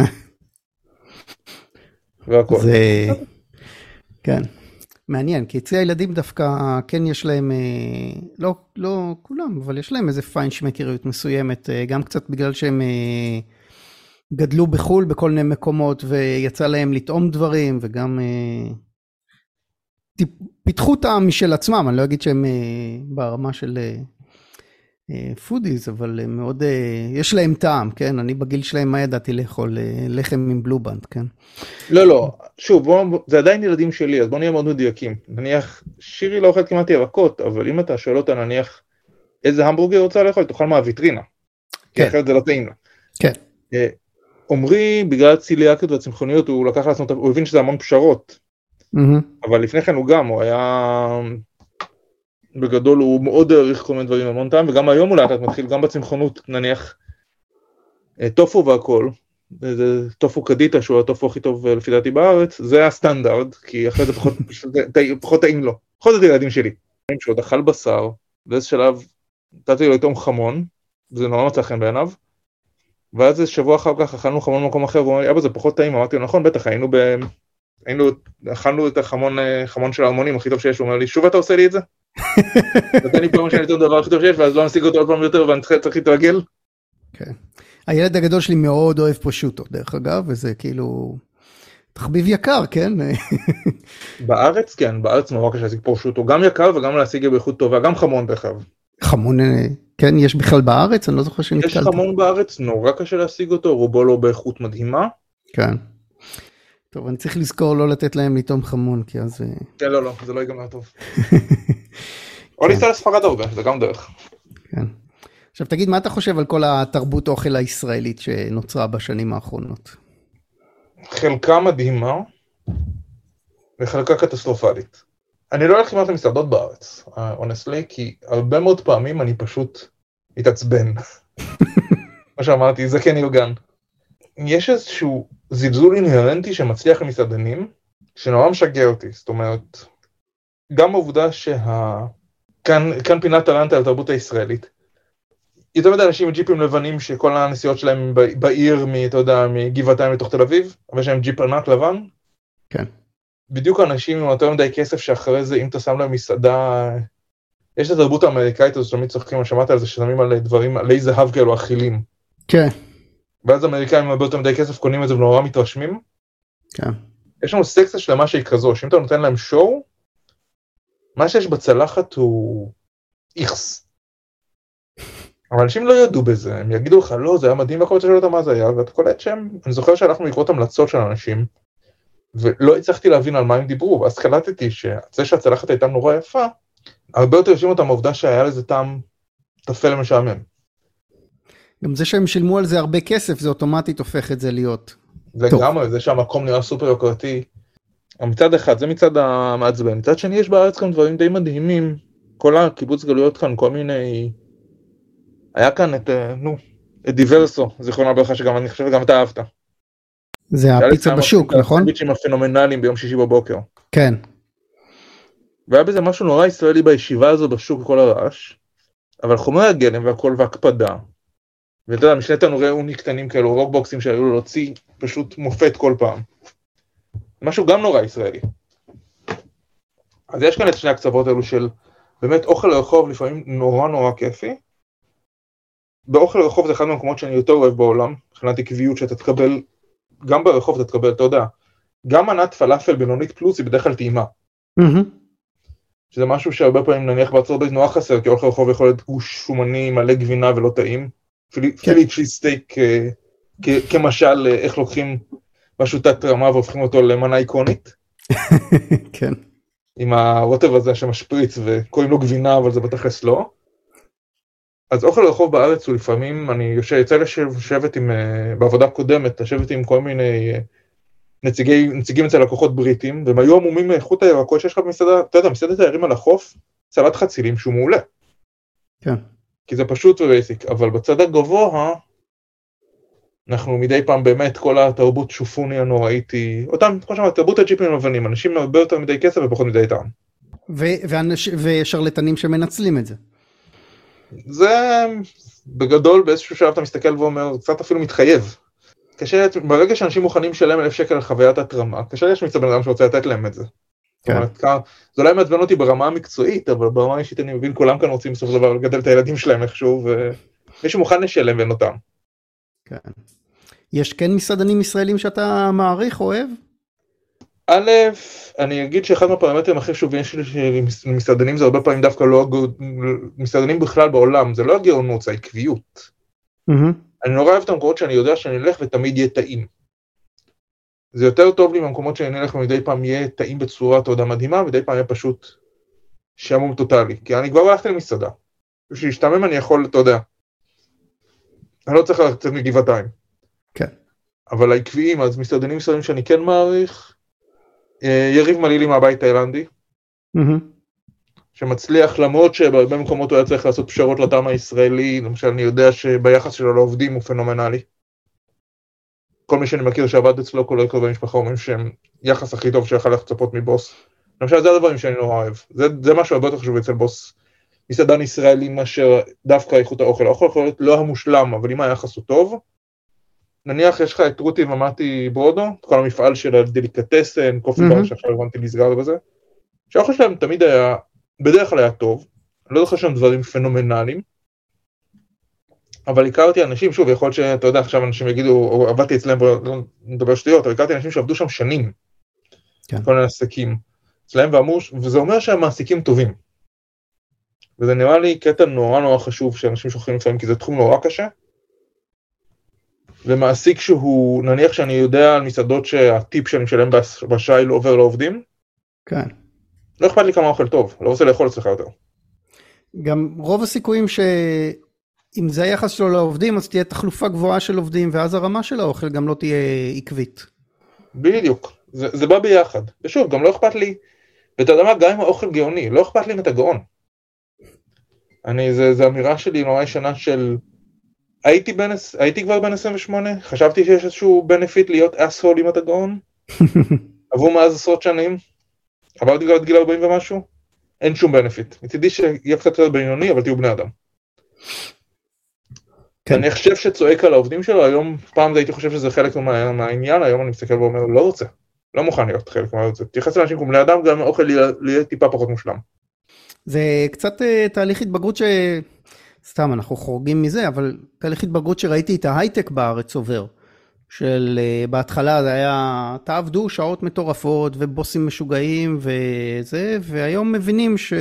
והכל. זה... כן. מעניין, כי אצלי הילדים דווקא כן יש להם, לא כולם, אבל יש להם איזה פיינשמקריות מסוימת, גם קצת בגלל שהם גדלו בחול בכל מיני מקומות, ויצא להם לטעום דברים, וגם פיתחו טעם משל עצמם, אני לא אגיד שהם ברמה של פודיז, אבל מאוד, יש להם טעם, כן? אני בגיל שלהם מה ידעתי לאכול לחם עם בלובנד, כן? לא, שוב, זה עדיין ילדים שלי, אז בוא נהיה מאוד מדויקים. נניח, שירי לא אוכלת כמעט ירקות, אבל אם אתה שואל אותה, נניח, איזה המבורגר רוצה לאכול, תאכל מהוויטרינה. כי אחרת זה לא טעים לה. כן. עומרי, בגלל הציליאקיות והצמחוניות, הוא לקח לעצמו, הוא הבין שזה המון פשרות. אבל לפני כן הוא היה... בגדול הוא מאוד העריך כל מיני דברים המון טעם, וגם היום אולי אתה מתחיל גם בצמחונות, נניח, טופו והכל, זה טופו קדיטה, שהוא הטופו הכי טוב לפי דעתי בארץ, זה הסטנדרט, כי אחרי זה פחות טעים לו. פחות את ילדים שלי. שעוד אכל בשר, באיזה שלב, נתתי לו לטעום חמון, וזה נורא מצא חן בעיניו, ואז שבוע אחר כך אכלנו חמון במקום אחר, והוא אמר לי, אבא זה פחות טעים, אמרתי לו, נכון, בטח, אכלנו את החמון של ההרמונים הכי טוב שיש, הוא אומר לי, שוב אתה עושה לי את זה? נתן לי פעם שאני אתן דבר הכי טוב שיש, ואז לא נשיג אותו עוד פעם יותר, ואני צריך להתרגל. כן. הילד הגדול שלי מאוד אוהב פרושוטו, דרך אגב, וזה כאילו תחביב יקר, כן? בארץ, כן, בארץ נורא קשה להשיג פרושוטו, גם יקר וגם להשיג באיכות טובה, גם חמון דרך אגב. חמון, כן, יש בכלל בארץ? אני לא זוכר שנתקלת. יש חמון בארץ, נורא קשה להשיג אותו, רובו לא באיכות מדהימה. כן. טוב, אני צריך לזכור לא לתת להם לטעום חמון, כי אז... כן, לא, זה לא ייגמר טוב. או לנסוע לספרד הרבה, זה גם דרך. כן. עכשיו תגיד, מה אתה חושב על כל התרבות אוכל הישראלית שנוצרה בשנים האחרונות? חלקה מדהימה, וחלקה קטסטרופלית. אני לא הולך כמעט למסעדות בארץ, honestly, כי הרבה מאוד פעמים אני פשוט מתעצבן. כמו שאמרתי, זה כן נרגן. יש איזשהו זלזול אינהרנטי שמצליח למסעדנים, שנורא משגע אותי. זאת אומרת, גם העובדה כאן פינת טלנט על התרבות הישראלית. יותר מדי אנשים עם ג'יפים לבנים שכל הנסיעות שלהם בעיר, אתה יודע, מגבעתיים לתוך תל אביב, אבל יש להם ג'יפ ענק לבן. כן. בדיוק האנשים עם יותר מדי כסף שאחרי זה, אם אתה שם להם מסעדה, יש את התרבות האמריקאית הזו, שתמיד צוחקים, שמעת על זה, ששמים על דברים, עלי זהב כאלו אכילים. כן. ואז האמריקאים עם הרבה יותר מדי כסף קונים את זה ונורא מתרשמים. כן. יש לנו סקציה שלמה שהיא כזו, שאם אתה נותן להם שואו, מה שיש בצלחת הוא איכס. אבל אנשים לא ידעו בזה, הם יגידו לך, לא, זה היה מדהים, והכל תשאל אותם מה זה היה, ואתה קולט שהם, אני זוכר שהלכנו לקרוא המלצות של אנשים, ולא הצלחתי להבין על מה הם דיברו, ואז קלטתי שזה שהצלחת הייתה נורא יפה, הרבה יותר יושבים אותם העובדה שהיה לזה טעם תפל משעמם. גם זה שהם שילמו על זה הרבה כסף, זה אוטומטית הופך את זה להיות טוב. לגמרי, זה שהמקום נראה סופר יוקרתי. מצד אחד, זה מצד המעצבן. מצד שני, יש בארץ כאן דברים די מדהימים. כל הקיבוץ גלויות כאן, כל מיני... היה כאן את דיברסו, זיכרונה ברכה, שגם אני חושב שגם אתה אהבת. זה הפיצה בשוק, נכון? הפיצ'ים הפנומנליים ביום שישי בבוקר. כן. והיה בזה משהו נורא ישראלי בישיבה הזו בשוק וכל הרעש, אבל חומרי הגלם והכל והקפדה, ואתה יודע, משני תנורי אוני קטנים כאלו, רוקבוקסים שהיו לו להוציא פשוט מופת כל פעם. משהו גם נורא ישראלי. אז יש כאן את שני הקצוות האלו של באמת אוכל לרחוב לפעמים נורא נורא כיפי. באוכל לרחוב זה אחד מהמקומות שאני יותר אוהב בעולם, מבחינת עקביות שאתה תקבל, גם ברחוב אתה תקבל, אתה יודע, גם מנת פלאפל בינונית פלוס היא בדרך כלל טעימה. שזה משהו שהרבה פעמים נניח בארצות הברית נורא חסר, כי אוכל רחוב יכול להיות גוש שומני מלא גבינה ולא טעים. פילי צ'יז סטייק כמשל איך לוקחים משהו תת רמה והופכים אותו למנה איקונית. כן. עם הרוטב הזה שמשפריץ וקוראים לו גבינה אבל זה בתכלס לא. אז אוכל רחוב בארץ הוא לפעמים, אני יוצא לשבת בעבודה קודמת, לשבת עם כל מיני נציגים אצל לקוחות בריטים, והם היו עמומים מאיכות הירקות שיש לך במסעדה, אתה יודע, מסעדת תיירים על החוף, סלט חצילים שהוא מעולה. כן. כי זה פשוט ובייסיק, אבל בצד הגבוה, אנחנו מדי פעם באמת, כל התרבות שופוני הנוראית היא, אותם, כמו שאמרת, תרבות הג'יפים לבנים, אנשים הרבה יותר מדי כסף ופחות מדי טעם. ושרלטנים שמנצלים את זה. זה בגדול, באיזשהו שלב אתה מסתכל ואומר, קצת אפילו מתחייב. ברגע שאנשים מוכנים לשלם 1,000 שקל על חוויית התרמה, קשה יש מצב בן אדם שרוצה לתת להם את זה. כן. זה אולי מעצבן אותי ברמה המקצועית, אבל ברמה האישית אני מבין, כולם כאן רוצים בסוף דבר לגדל את הילדים שלהם איכשהו, ומישהו מוכן לשלם ואין אותם. כן. יש כן מסעדנים ישראלים שאתה מעריך, אוהב? א', אני אגיד שאחד מהפרמטרים הכי חשובים שלי למסעדנים זה הרבה פעמים דווקא לא, מסעדנים בכלל בעולם, זה לא הגאונות, זה העקביות. אני נורא אוהב את המקומות שאני יודע שאני אלך ותמיד יהיה טעים. זה יותר טוב לי מהמקומות שאני אלך ומדי פעם יהיה טעים בצורה תודה מדהימה, ומדי פעם יהיה פשוט שעמום טוטלי. כי אני כבר הלכתי למסעדה. כשהשתמם אני יכול, אתה יודע, אני לא צריך לצאת מגבעתיים. כן. אבל העקביים, אז מסעדנים מסעדנים שאני כן מעריך, יריב מלילי מהבית תאילנדי, שמצליח למרות שבהרבה מקומות הוא היה צריך לעשות פשרות לטעם הישראלי, למשל אני יודע שביחס שלו לעובדים הוא פנומנלי. כל מי שאני מכיר שעבד אצלו, כל קרובי משפחה אומרים שהם יחס הכי טוב שיכול לצפות מבוס. למשל זה הדברים שאני נורא אוהב, זה משהו הרבה יותר חשוב אצל בוס מסעדן ישראלי מאשר דווקא איכות האוכל. האוכל יכול להיות לא המושלם, אבל אם היחס הוא טוב, נניח יש לך את רותי ומתי ברודו, כל המפעל של הדליקטסן, קופי בר שעכשיו הבנתי נסגר בזה, שהאוכל שלהם תמיד היה, בדרך כלל היה טוב, אני לא זוכר שם דברים פנומנליים, אבל הכרתי אנשים, שוב, יכול להיות שאתה יודע, עכשיו אנשים יגידו, או עבדתי אצלם, לא נדבר שטויות, אבל הכרתי אנשים שעבדו שם שנים, כן. כל מיני עסקים אצלם, וזה אומר שהם מעסיקים טובים. וזה נראה לי קטע נורא נורא חשוב, שאנשים שוכרים לפעמים, כי זה תחום נורא קשה, ומעסיק שהוא, נניח שאני יודע על מסעדות שהטיפ שאני משלם בשי לא עובר לעובדים, כן. לא אכפת לי כמה אוכל טוב, לא רוצה לאכול אצלך יותר. גם רוב הסיכויים שאם זה היחס שלו לעובדים, אז תהיה תחלופה גבוהה של עובדים, ואז הרמה של האוכל גם לא תהיה עקבית. בדיוק, זה בא ביחד. ושוב, גם לא אכפת לי, ואתה יודע מה, גם אם האוכל גאוני, לא אכפת לי אם אתה גאון. זו אמירה שלי נורא ישנה של, הייתי כבר בן 28, חשבתי שיש איזשהו בנפיט להיות אסהול אם אתה גאון, עבור מאז עשרות שנים, עברתי כבר את גיל 40 ומשהו, אין שום בנפיט. מצידי שיהיה קצת יותר בינוני, אבל תהיו בני אדם. כן. אני חושב שצועק על העובדים שלו, היום, פעם הייתי חושב שזה חלק מהעניין, היום אני מסתכל ואומר, לא רוצה, לא מוכן להיות חלק מהזה. תייחס לאנשים כמו בני אדם, גם האוכל יהיה טיפה פחות מושלם. זה קצת תהליך התבגרות סתם אנחנו חורגים מזה, אבל תהליך התבגרות שראיתי את ההייטק בארץ עובר, של בהתחלה זה היה, תעבדו שעות מטורפות ובוסים משוגעים וזה, והיום מבינים שזה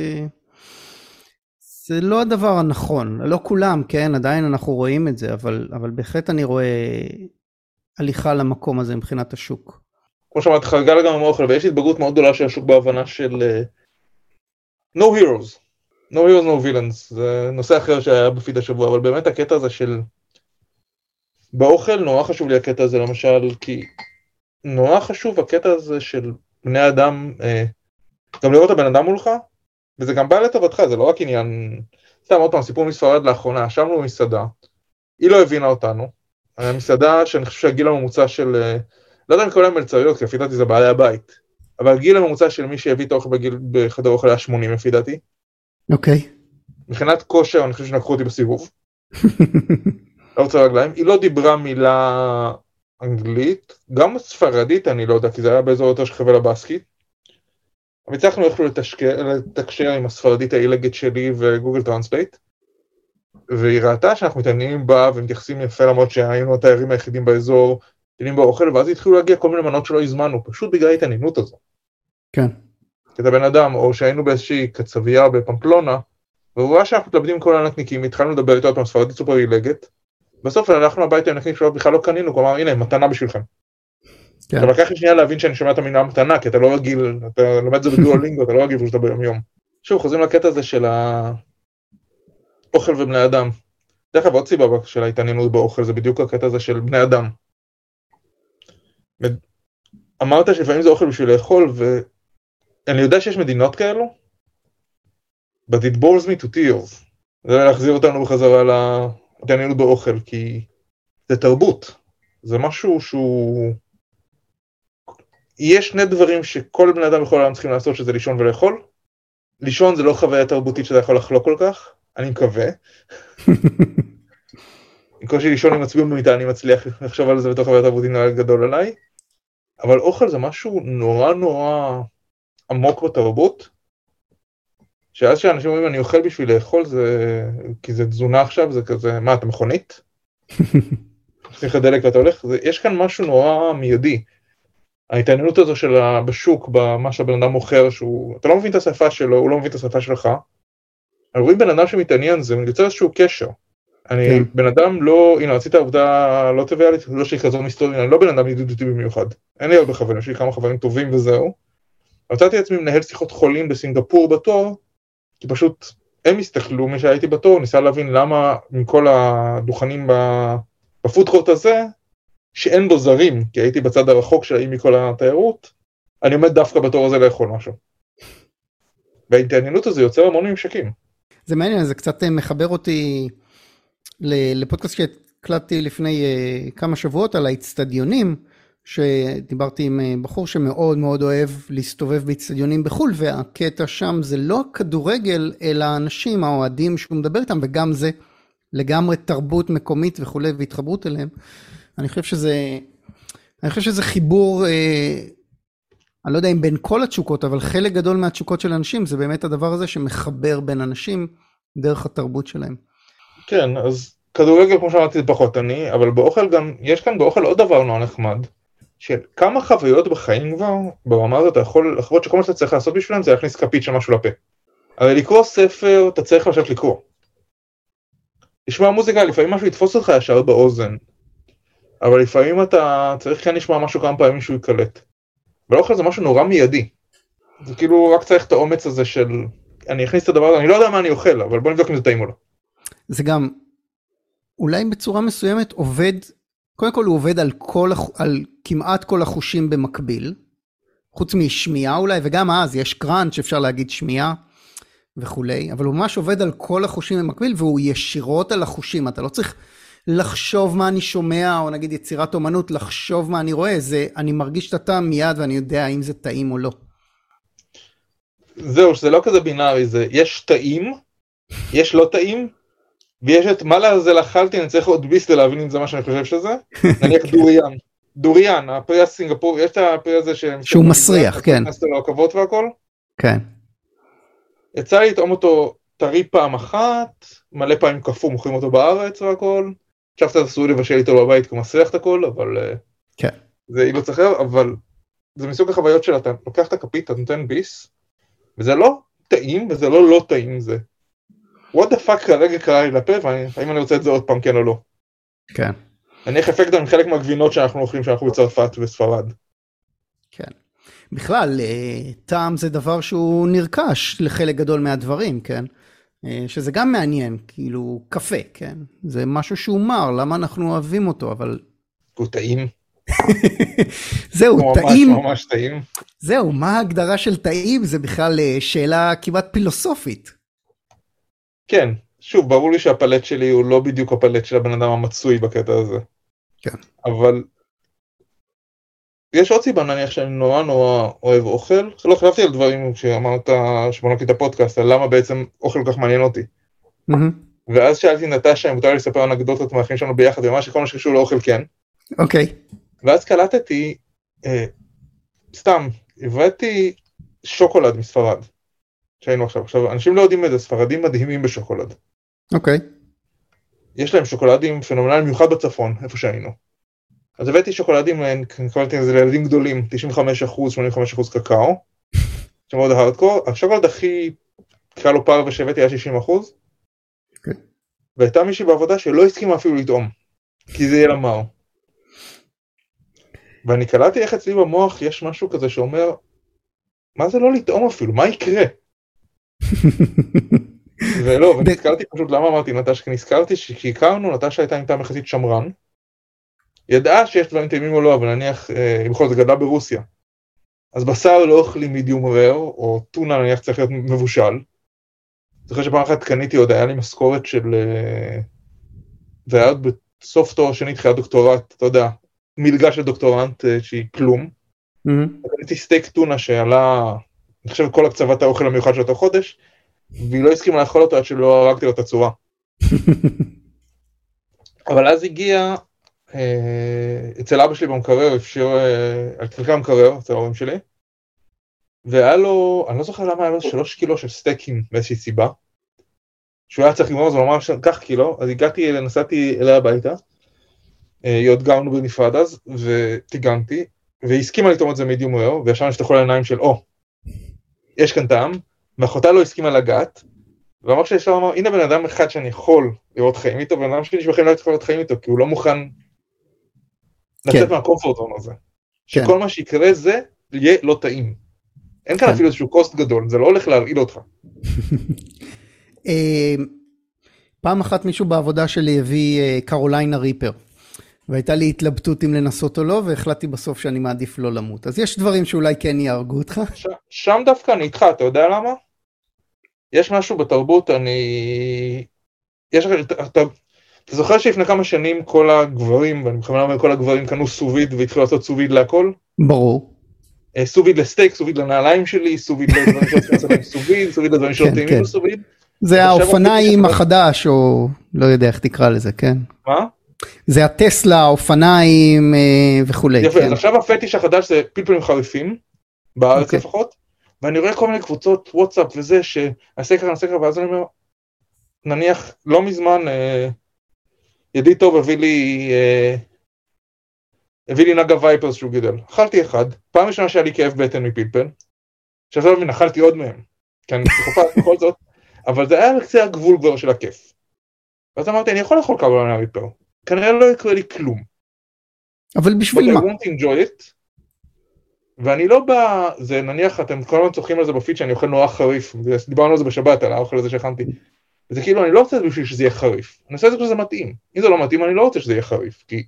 לא הדבר הנכון, לא כולם, כן, עדיין אנחנו רואים את זה, אבל בהחלט אני רואה הליכה למקום הזה מבחינת השוק. כמו שאמרת, חרגה לגמרי מהאוכל, ויש התבגרות מאוד גדולה של השוק בהבנה של no heroes. No heroes, no villains, זה נושא אחר שהיה בפיד השבוע, אבל באמת הקטע הזה של, באוכל נורא חשוב לי הקטע הזה למשל, כי נורא חשוב הקטע הזה של בני אדם, גם לראות הבן אדם מולך, וזה גם בא לטובתך, זה לא רק עניין, סתם עוד פעם, סיפור מספרד לאחרונה, ישבנו במסעדה, היא לא הבינה אותנו, המסעדה שאני חושב שהגיל הממוצע של, לא יודע אם כל המלצריות, כי לפי דעתי זה בעלי הבית, אבל הגיל הממוצע של מי שהביא את האוכל בחדר אוכל היה 80 לפי דעתי, אוקיי. מבחינת כושר, אני חושב שנקחו אותי בסיבוב. לא רוצה רגליים. היא לא דיברה מילה אנגלית, גם ספרדית, אני לא יודע, כי זה היה באזור יותר שחבל הבאסקית. אבל הצלחנו איכשהו לתקשר עם הספרדית העילגת שלי וגוגל טרנסלייט, והיא ראתה שאנחנו מתעניינים בה ומתייחסים יפה למרות שהיינו התיירים היחידים באזור, מתעניינים באוכל, ואז התחילו להגיע כל מיני מנות שלא הזמנו, פשוט בגלל ההתעניינות הזו. כן. כתה בן אדם, או שהיינו באיזושהי קצבייה בפמפלונה, והוא ראה שאנחנו מתלבדים כל הנקניקים, התחלנו לדבר איתו, פעם ספרדית סופר עילגת, בסוף הלכנו הביתה עם נקניק שלו, בכלל לא קנינו, כלומר, הנה, מתנה בשבילכם. כן. אבל לקח לי שנייה להבין שאני שומע את המילה מתנה, כי אתה לא רגיל, אתה לומד את זה בדואלינגו, אתה לא רגיל שאתה ביום יום. שוב, חוזרים לקטע הזה של האוכל ובני אדם. דרך אגב, עוד סיבה של ההתעניינות באוכל, זה בדיוק הקטע הזה של בני אדם. אמרת שלפעמים זה אוכל בשביל לאכול, ואני יודע שיש מדינות כאלו, but it bores me to tears. זה להחזיר אותנו בחזרה להתעניינות באוכל, כי זה תרבות. זה משהו שהוא... יש שני דברים שכל בני אדם בכל העולם צריכים לעשות, שזה לישון ולאכול. לישון זה לא חוויה תרבותית שאתה יכול לחלוק כל כך, אני מקווה. במקום שלישון עם מצביעים במיטה, אני מצליח לחשוב על זה בתוך חוויה תרבותית גדול עליי. אבל אוכל זה משהו נורא נורא עמוק בתרבות, שאז שאנשים אומרים, אני אוכל בשביל לאכול, כי זה תזונה עכשיו, זה כזה, מה, אתה מכונית? צריך לדלק ואתה הולך? יש כאן משהו נורא מיידי. ההתעניינות הזו בשוק, במה שהבן אדם מוכר, אתה לא מבין את השפה שלו, הוא לא מבין את השפה שלך. אבל רואים בן אדם שמתעניין, זה יוצר איזשהו קשר. אני בן אדם לא, הנה, רצית עובדה לא טריוויאלית, לא שהיא כזו מסתורית, אני לא בן אדם ידידותי במיוחד. אין לי הרבה חברים, יש לי כמה חברים טובים וזהו. מצאתי עצמי מנהל שיחות חולים בסינגפור בתור, כי פשוט הם הסתכלו, מי שהייתי בתור, ניסה להבין למה מכל הדוכנים בפודקורט הזה, שאין בו זרים, כי הייתי בצד הרחוק שלי מכל התיירות, אני עומד דווקא בתור הזה לאכול משהו. וההתעניינות הזה יוצר המון ממשקים. זה מעניין, זה קצת מחבר אותי לפודקאסט שהקלטתי לפני כמה שבועות על האצטדיונים, שדיברתי עם בחור שמאוד מאוד אוהב להסתובב באצטדיונים בחול, והקטע שם זה לא כדורגל, אלא האנשים, האוהדים שהוא מדבר איתם, וגם זה לגמרי תרבות מקומית וכו' והתחברות אליהם. אני חושב שזה חיבור, אני לא יודע אם בין כל התשוקות, אבל חלק גדול מהתשוקות של אנשים, זה באמת הדבר הזה שמחבר בין אנשים דרך התרבות שלהם. כן, אז כדורגל כמו שאמרתי זה פחות אני, אבל באוכל גם, יש כאן באוכל עוד דבר נורא נחמד, של כמה חוויות בחיים כבר, ברמה הזאת אתה יכול, לחוות שכל מה שאתה צריך לעשות בשבילם, זה להכניס כפית של משהו לפה. אבל לקרוא ספר, אתה צריך לשבת לקרוא. לשמוע מוזיקה, לפעמים משהו יתפוס אותך ישר באוזן, אבל לפעמים אתה צריך כן לשמוע משהו כמה פעמים שהוא יקלט. באוכל זה משהו נורא מיידי. זה כאילו רק צריך את האומץ הזה של אני אכניס את הדבר הזה, אני לא יודע מה אני אוכל, אבל בוא נבדוק אם זה טעים או לא. זה גם, אולי בצורה מסוימת עובד, קודם כל הוא עובד על כמעט כל החושים במקביל, חוץ משמיעה אולי, וגם אז יש קראנץ' אפשר להגיד שמיעה וכולי, אבל הוא ממש עובד על כל החושים במקביל, והוא ישירות על החושים, אתה לא צריך לחשוב מה אני שומע, או נגיד יצירת אומנות, לחשוב מה אני רואה, זה, אני מרגיש את הטעם מיד, ואני יודע האם זה טעים או לא. זהו, שזה לא כזה בינארי, זה יש טעים, יש לא טעים, ויש את מה לעזל אכלתי, אני צריך עוד ביס להבין אם זה מה שאני חושב שזה, נניח דוריאן. דוריאן, הפרי הסינגפור, יש את הפרי הזה שהוא מסריח, כן. נכנסת לו עקבות והכל. כן. יצא לי לטעום אותו טרי פעם אחת, מלא פעמים קפוא, מוכרים אותו בארץ והכל. עכשיו קצת עשו לבשל איתו בבית, כי הוא מסריח את הכל, אבל כן. זה אילוץ אחר, אבל זה מסוג החוויות שלה, אתה לוקח את הכפית, אתה נותן ביס, וזה לא טעים, וזה לא טעים זה. what the fuck כרגע קרה לי לפה, והאם אני רוצה את זה עוד פעם, כן או לא. כן. נניח אפקט עם חלק מהגבינות שאנחנו אוכלים, שאנחנו בצרפת וספרד. כן. בכלל, טעם זה דבר שהוא נרכש לחלק גדול מהדברים, כן? שזה גם מעניין, כאילו קפה, כן? זה משהו שהוא מר, למה אנחנו אוהבים אותו, אבל... הוא טעים. זהו, טעים. ממש טעים. זהו, מה ההגדרה של טעים? זה בכלל שאלה כמעט פילוסופית. כן, שוב, ברור לי שהפלט שלי הוא לא בדיוק הפלט של הבן אדם המצוי בקטע הזה. כן. אבל יש עוד סיבה, נניח שאני נורא אוהב אוכל. לא חשבתי על דברים שאמרת, שבונקתי את הפודקאסט, על למה בעצם אוכל כך מעניין אותי. ואז שאלתי נטשה, אם מותר לי לספר אנקדוטות מהחיים שלנו ביחד, ומה שכל מה שקשור לאוכל כן. אוקיי. ואז קלטתי, סתם, הבאתי שוקולד מספרד. שהיינו עכשיו, אנשים לא יודעים את זה, ספרדים מדהימים בשוקולד. אוקיי. יש להם שוקולדים פנומנליים, במיוחד בצפון, איפה שהיינו. אז הבאתי שוקולדים, קראתי לזה לילדים גדולים, 95%, 85% קקאו, שמאוד הארדקור. השוקולד הכי, קרא לו פרווה שהבאתי היה 60%, אוקיי. והייתה מישהי בעבודה שלא הסכימה אפילו לטעום, כי זה יהיה לה מר. ואני קלטתי איך אצלי במוח יש משהו כזה שאומר, מה זה לא לטעום אפילו? מה יקרה? ולא, ונזכרתי פשוט למה אמרתי נטשה, כי נזכרתי שכשהכרנו, נטשה הייתה עם טעם יחסית שמרן, ידעה שיש דברים טעימים או לא, אבל נניח, בכל זאת גדלה ברוסיה, אז בשר לא אוכלים מידיום רר, או טונה נניח צריך להיות מבושל. זוכר שפעם אחת קניתי עוד, היה לי משכורת של, זה היה עוד בסוף תואר שני, תחילת דוקטורט, אתה יודע, מלגה של דוקטורנט שהיא כלום. קניתי סטייק טונה שעלה, אני חושב כל הקצבת האוכל המיוחד של אותו חודש, והיא לא הסכימה לאכול אותו עד שלא הרגתי לו את הצורה. אבל אז הגיע, אצל אבא שלי במקרר, על חלקם מקרר, אצל ההורים שלי, והיה לו, אני לא זוכר למה היה לו 3 קילו של סטייקים באיזושהי סיבה, שהוא היה צריך לגמור, אז הוא אמר כך קילו, אז נסעתי אליה הביתה, היא עוד גרנו בנפרד אז, וטיגנתי, והיא הסכימה לטעום את זה מידיום רר, וישר נפתחו לעיניים של, יש כאן טעם, ואחותה לא הסכימה לגעת, ואמר שישר אמר, הנה בן אדם אחד שאני יכול לראות חיים איתו, בן אדם שלי שבכלל לא יכול לראות חיים איתו, כי הוא לא מוכן לצאת מהקומפורט-זון הזה. שכל מה שיקרה זה, יהיה לא טעים. אין כאן אפילו איזשהו קוסט גדול, זה לא הולך להרעיל אותך. פעם אחת מישהו בעבודה שלי הביא קרוליינה ריפר, והייתה לי התלבטות אם לנסות או לא, והחלטתי בסוף שאני מעדיף לא למות. אז יש דברים שאולי כן יהרגו אותך. שם דווקא אני איתך, אתה יודע למה? יש משהו בתרבות, אתה זוכר שלפני כמה שנים כל הגברים, ואני בכוונה אומר כל הגברים קנו סוביד והתחילו לעשות סוביד להכל? ברור. סוביד לסטייק, סוביד לנעליים שלי, סוביד לדברים שרוצים לעשות להם סוביד, סוביד לדברים שרוצים עם סוביד. זה האופניים החדש, או לא יודע איך תקרא לזה, כן? מה? זה הטסלה, האופניים וכולי. יפה, אז עכשיו הפטיש החדש זה פלפלים חריפים, בארץ לפחות, ואני רואה כל מיני קבוצות וואטסאפ וזה, שהסקר, ואז אני אומר, נניח, לא מזמן, ידיד טוב הביא לי נגה וייפרס שהוא גידל. אכלתי אחד, פעם ראשונה שהיה לי כאב בטן מפלפל, שעכשיו אכלתי עוד מהם, כי אני פסיכופת בכל זאת, אבל זה היה בקצה הגבול כבר של הכיף. ואז אמרתי, אני יכול לאכול קרוליינה ריפר, כנראה לא יקרה לי כלום. אבל בשביל מה? I won't enjoy it, ואני לא בא, זה נניח, אתם כל הזמן צוחקים על זה בפיד שאני אוכל נורא חריף, דיברנו על זה בשבת, על האוכל הזה שהכנתי, וזה כאילו, אני לא רוצה את זה בשביל שזה יהיה חריף, אני עושה את זה כשזה מתאים, אם זה לא מתאים, אני לא רוצה שזה יהיה חריף, כי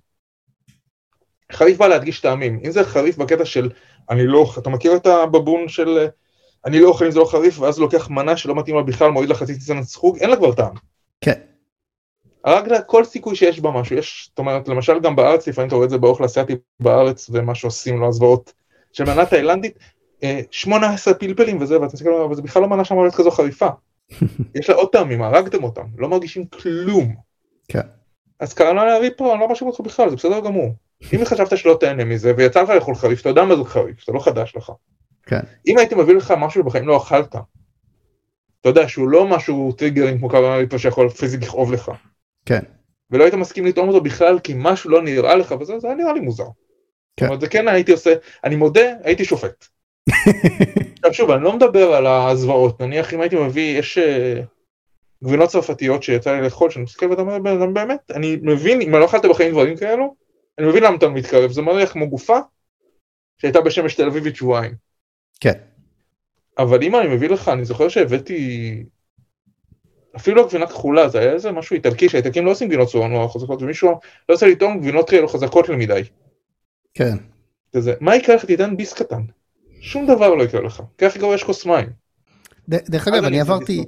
חריף בא להדגיש טעמים, אם זה חריף בקטע של, אני לא, אתה מכיר את הבבון של, אני לא אוכל אם זה לא חריף, ואז לוקח מנה שלא מתאים לה בכלל, מועיד לה חצי ציצנת סחוג, אין לה כבר טעם. כן. רק כל סיכוי שיש בה משהו, יש, זאת אומרת, למשל גם בארץ, לפעמים אתה רואה את זה באוכל אסיאתי בארץ, ומה שעושים לו הזוועות של מנה תאילנדית, 18 פלפלים וזה, ואתה מסתכל, אבל זה בכלל לא מנה שאמורה להיות כזו חריפה. יש לה עוד טעמים, הרגתם אותם, לא מרגישים כלום. כן. אז קראנו להריב פה, אני לא משהו אותך בכלל, זה בסדר גמור. אם חשבת שלא תהנה מזה, ויצא לך לאכול חריף, אתה יודע מה זה חריף, זה לא חדש לך. כן. אם הייתי מביא לך משהו שבחיים לא אכלת, אתה יודע שהוא לא משהו טריגרים כמו קראנו להריב פה שיכול פיזית לכאוב לך. כן. ולא היית מסכים לטעום אותו בכלל, כי משהו לא נראה לך, וזה היה נראה לי מוזר. כן. זאת אומרת, זה כן הייתי עושה, אני מודה, הייתי שופט. עכשיו שוב, אני לא מדבר על הזוועות, נניח אם הייתי מביא, יש גבינות צרפתיות שיצא לי לאכול, שאני מסתכל ואתה אומר, באמת, אני מבין, אם אני לא אכלת בחיים דברים כאלו, אני מבין למה אתה מתקרב, זה מריח כמו גופה, שהייתה בשמש תל אביבית שבועיים. כן. אבל אם אני מביא לך, אני זוכר שהבאתי, אפילו לא גבינה כחולה, זה היה איזה משהו איטלקי, שהאיטלקים לא עושים גבינות צורה נורא חזקות, ומישהו לא עושה לטעום גבינות כאלו חזקות למדי. כן. מה יקרה לך? תיתן ביס קטן. שום דבר לא יקרה לך. כך גם יש כוס מים. דרך אגב, אני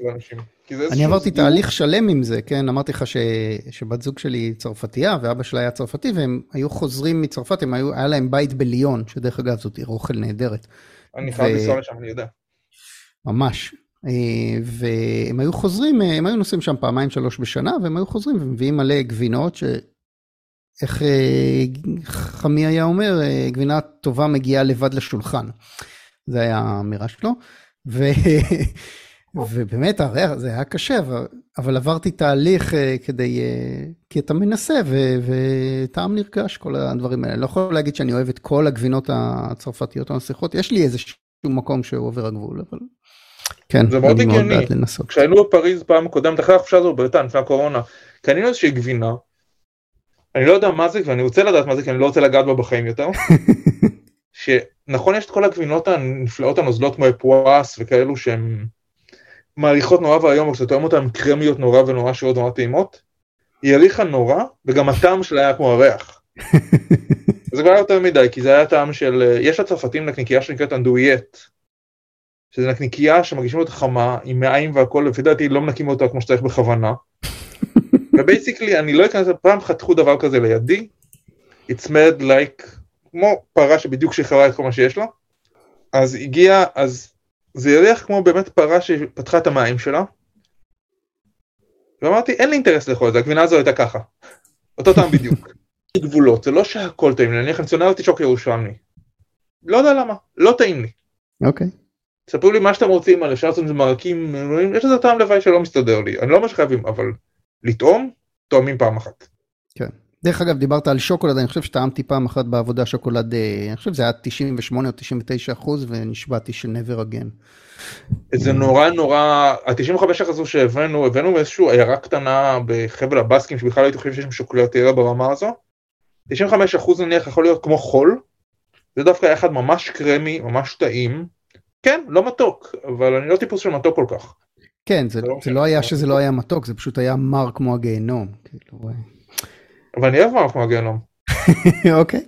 עברתי תהליך שלם עם זה, כן? אמרתי לך שבת זוג שלי צרפתייה, ואבא שלה היה צרפתי, והם היו חוזרים מצרפת, היה להם בית בליון, שדרך אגב זאת עיר אוכל נהדרת. אני חייב לנסוע לשם, אני יודע. ממש. והם היו חוזרים, הם היו נוסעים שם 2-3 בשנה, והם היו חוזרים ומביאים מלא גבינות, איך חמי היה אומר, גבינה טובה מגיעה לבד לשולחן. זה היה האמירה שלו. ובאמת הריח, זה היה קשה, אבל עברתי תהליך כי אתה מנסה, וטעם נרגש כל הדברים האלה. אני לא יכול להגיד שאני אוהב את כל הגבינות הצרפתיות המסכות, יש לי איזשהו מקום שהוא עובר הגבול, אבל כן, זה מאוד הגיוני. כשהיינו בפריז פעם קודמת, אחרי החופשה הזו בריטן, לפני הקורונה, קנינו איזושהי גבינה, אני לא יודע מה זה, ואני רוצה לדעת מה זה, כי אני לא רוצה לגעת בה בחיים יותר, שנכון יש את כל הגבינות הנפלאות הנוזלות כמו אפואס וכאלו שהן מעריכות נורא והיום, וכשאתה תואם אותן קרמיות נורא ונורא שעוד נורא טעימות, היא הריחה נורא, וגם הטעם שלה היה כמו הריח. זה כבר היה יותר מדי, כי זה היה טעם של, יש לצרפתים נקניקייה שנקראת אנדואיית, שזה נקניקייה שמרגישים אותה חמה, עם מעיים והכל, לפי דעתי לא מנקים אותה כמו שצריך בכוונה, ובייסיקלי אני לא אכנס, פעם חתכו דבר כזה לידי, it's made like, כמו פרה שבדיוק שחררה את כל מה שיש לה, אז הגיע, אז זה יריח כמו באמת פרה שפתחה את המים שלה, ואמרתי, אין לי אינטרס לאכול את זה, הגבינה הזו הייתה ככה, אותו טעם בדיוק, גבולות, זה לא שהכל טעים לי, אני חנציונר תשוק ירושלמי, לא יודע למה, לא טעים לי. אוקיי. ספרו לי מה שאתם רוצים, על אפשר לעשות עם זה מרקים, יש איזה טעם לוואי שלא מסתדר לי, אני לא מה שחייבים, אבל לטעום, טועמים פעם אחת. כן. דרך אגב, דיברת על שוקולד, אני חושב שטעמתי פעם אחת בעבודה שוקולד, אני חושב שזה היה 98 או 99%, ונשבעתי שנבר אגן. זה נורא נורא, ה-95% הזו שהבאנו איזשהו עיירה קטנה בחבל הבסקים, שבכלל הייתי חושב שיש שם שוקולדיירה ברמה הזו, 95% נניח יכול להיות כמו חול, זה דווקא היה אחד ממש קרמי, ממש טעים, כן, לא מתוק, אבל אני לא טיפוס של מתוק כל כך. כן, זה לא היה שזה לא היה מתוק, זה פשוט היה מר כמו הגיהנום. אבל אני אוהב מר כמו הגיהנום. אוקיי.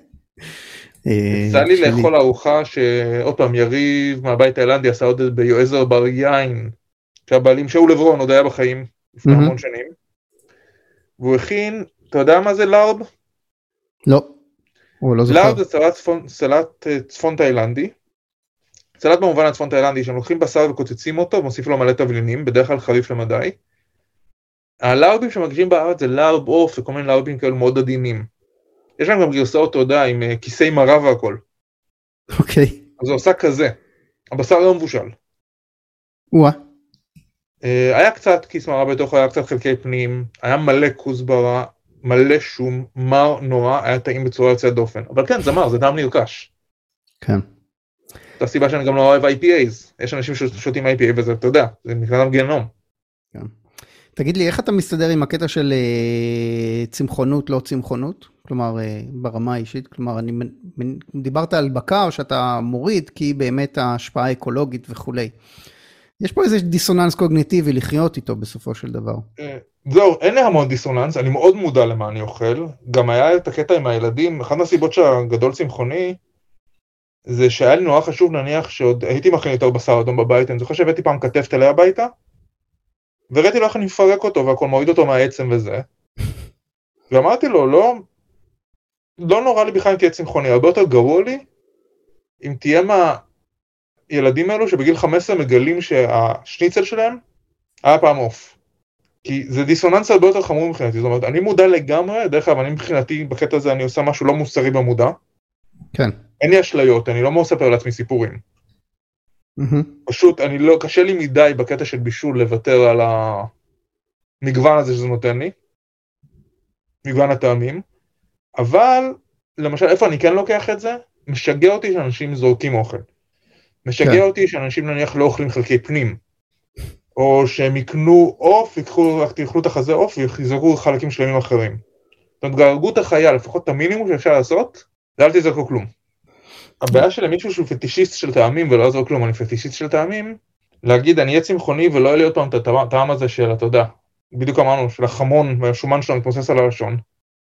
יצא לי לאכול ארוחה שעוד פעם יריב מהבית האילנדי עשה עוד ביועזר בר יין, שהבעלים שאול לברון עוד היה בחיים לפני המון שנים, והוא הכין, אתה יודע מה זה לארב? לא, הוא לא זוכר. לארב זה סלט צפון תאילנדי, סלט במובן הצפון תאילנדי, שהם לוקחים בשר וקוצצים אותו, ומוסיף לו מלא תבלינים, בדרך כלל חריף למדי. הלארבים שמגישים בארץ זה לארב אוף, וכל מיני לארבים כאלו מאוד עדינים. יש להם גם גרסאות, אתה יודע, עם כיסי מרה והכל. אוקיי. אז הוא עושה כזה. הבשר לא מבושל. וואה. היה קצת כיס מרה בתוך, היה קצת חלקי פנים, היה מלא כוסברה, מלא שום, מר נורא, היה טעים בצורה יוצאת דופן. אבל כן, זה מר, זה טעם נרכש. כן. זו הסיבה שאני גם לא אוהב IPAs. יש אנשים ששותים IPA וזה, אתה יודע, זה מבחינתם גיהנום. כן. תגיד לי, איך אתה מסתדר עם הקטע של צמחונות, לא צמחונות? כלומר, ברמה האישית, כלומר, דיברת על בקר שאתה מוריד, כי באמת ההשפעה האקולוגית וכולי. יש פה איזה דיסוננס קוגניטיבי לחיות איתו בסופו של דבר. זהו, אין לי המון דיסוננס, אני מאוד מודע למה אני אוכל. גם היה את הקטע עם הילדים, אחת מהסיבות שהגדול צמחוני, זה שהיה לי נורא חשוב נניח שעוד הייתי מכין יותר בשר אדום בבית, אני זוכר שהבאתי פעם כתף אליי הביתה, וראיתי לו איך אני מפרק אותו והכל מוריד אותו מהעצם וזה. ואמרתי לו, לא נורא לי בכלל אם תהיה צמחוני, הרבה יותר גרוע לי, אם תהיה מהילדים האלו שבגיל 15 מגלים שהשניצל שלהם היה פעם אוף. כי זה דיסוננס הרבה יותר חמור מבחינתי, זאת אומרת, אני מודע לגמרי, דרך אגב, אני מבחינתי בקטע הזה אני עושה משהו לא מוסרי במודע. כן. אין לי אשליות, אני לא מספר לעצמי סיפורים. פשוט, קשה לי מדי בקטע של בישול לוותר על המגוון הזה שזה נותן לי, מגוון הטעמים, אבל, למשל, איפה אני כן לוקח את זה? משגע אותי שאנשים זורקים אוכל. משגע אותי שאנשים נניח לא אוכלים חלקי פנים, או שהם יקנו אוף, יאכלו את החזה אוף, ויחזרו חלקים שלמים אחרים. זאת אומרת, גרגו את החיה, לפחות את המינימום שאפשר לעשות, ואל תזרקו כלום. הבעיה של מישהו שהוא פטישיסט של טעמים, ולא יעזור כלום, אני פטישיסט של טעמים, להגיד, אני אהיה צמחוני, ולא יהיה לי עוד פעם את הטעם הזה של, אתה יודע, בדיוק אמרנו, של החמון, והשומן שלו מתמוסס על הלשון.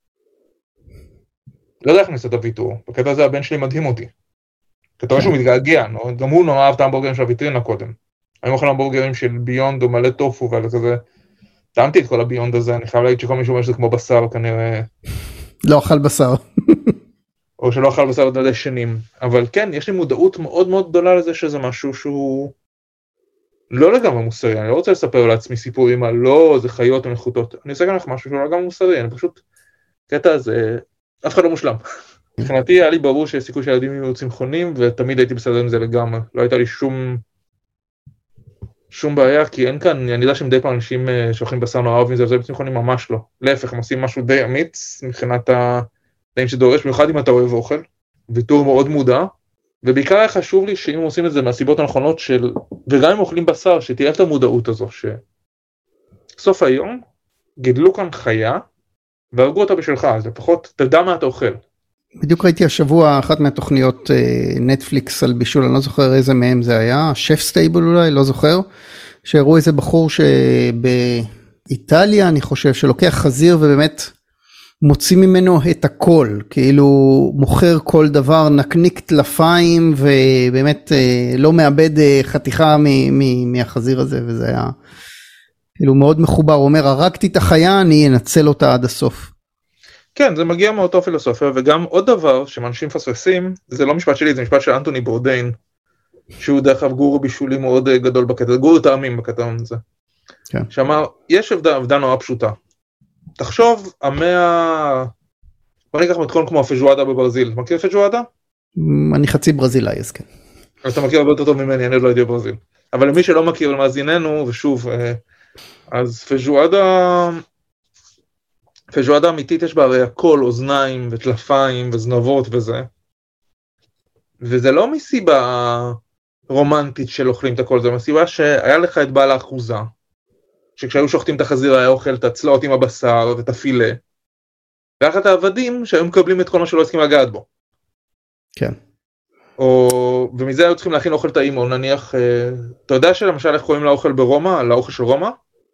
לא יודע איך נעשה את הוויתור, בקטע הזה הבן שלי מדהים אותי. כתוב שהוא מתגעגע, גם הוא נורא אהב את ההמבורגרים של הוויטרינה קודם. אני אוכל המבורגרים של ביונד או מלא טופו ועל כזה. טעמתי את כל הביונד הזה, אני חייב להגיד שכל מישהו אומר שזה כמו בשר, כנראה. לא אכל בשר. או שלא אכל בשר עוד שנים. אבל כן, יש לי מודעות מאוד מאוד גדולה לזה שזה משהו שהוא לא לגמרי מוסרי. אני לא רוצה לספר לעצמי סיפורים על לא, זה חיות או נחותות. אני עושה גם לך משהו שהוא לא לגמרי מוסרי, אני פשוט, קטע הזה, אף אחד לא מושלם. מבחינתי היה לי ברור שיש סיכוי שהילדים יהיו צמחונים, ותמיד הייתי בסדר עם זה לגמרי. לא הייתה לי שום בעיה, כי אין כאן, אני יודע שמדי פעם אנשים שאוכלים בשר נורא אוהבים זה, וזה בצמחונים ממש לא. להפך, הם עושים משהו די אמיץ, מבחינת התנאים שדורש, במיוחד אם אתה אוהב אוכל, ויתור מאוד מודע, ובעיקר היה חשוב לי שאם עושים את זה מהסיבות הנכונות של, וגם אם אוכלים בשר, שתהיה את המודעות הזו, שסוף היום גידלו כאן חיה, והרגו אותה בשבילך, אז לפחות תדע מה אתה אוכל. בדיוק ראיתי השבוע אחת מהתוכניות נטפליקס על בישול, אני לא זוכר איזה מהם זה היה, שף סטייבל אולי, לא זוכר, שהראו איזה בחור שבאיטליה אני חושב שלוקח חזיר ובאמת מוציא ממנו את הכל, כאילו מוכר כל דבר, נקניק טלפיים ובאמת לא מאבד חתיכה מהחזיר הזה, וזה היה כאילו מאוד מחובר, הוא אומר הרגתי את החיה, אני אנצל אותה עד הסוף. כן, זה מגיע מאותו פילוסופיה, וגם עוד דבר שאנשים מפספסים, זה לא משפט שלי, זה משפט של אנטוני בורדיין, שהוא דרך אגב גורו בישולי מאוד גדול בקטע, גורו טעמים בקטע הזה. כן. שאמר, יש עבודה נורא פשוטה. תחשוב, בוא ניקח מתכון כמו הפג'ואדה בברזיל. אתה מכיר פג'ואדה? אני חצי ברזילאי, אז כן. אתה מכיר הרבה יותר טוב ממני, אני לא יודע ברזיל. אבל למי שלא מכיר למאזיננו, ושוב, אז פג'ואדה אמיתית יש בה הרי הכל, אוזניים וטלפיים וזנבות וזה. וזה לא מסיבה רומנטית של אוכלים את הכל, זה מסיבה שהיה לך את בעל האחוזה, שכשהיו שוחטים את החזיר היה אוכל את הצלעות עם הבשר ואת הפילה, ואחת העבדים שהיו מקבלים את כל מה שלא הסכים לגעת בו. כן. ומזה היו צריכים להכין אוכל טעים, או נניח, אתה יודע שלמשל איך קוראים לאוכל ברומא, לאוכל של רומא?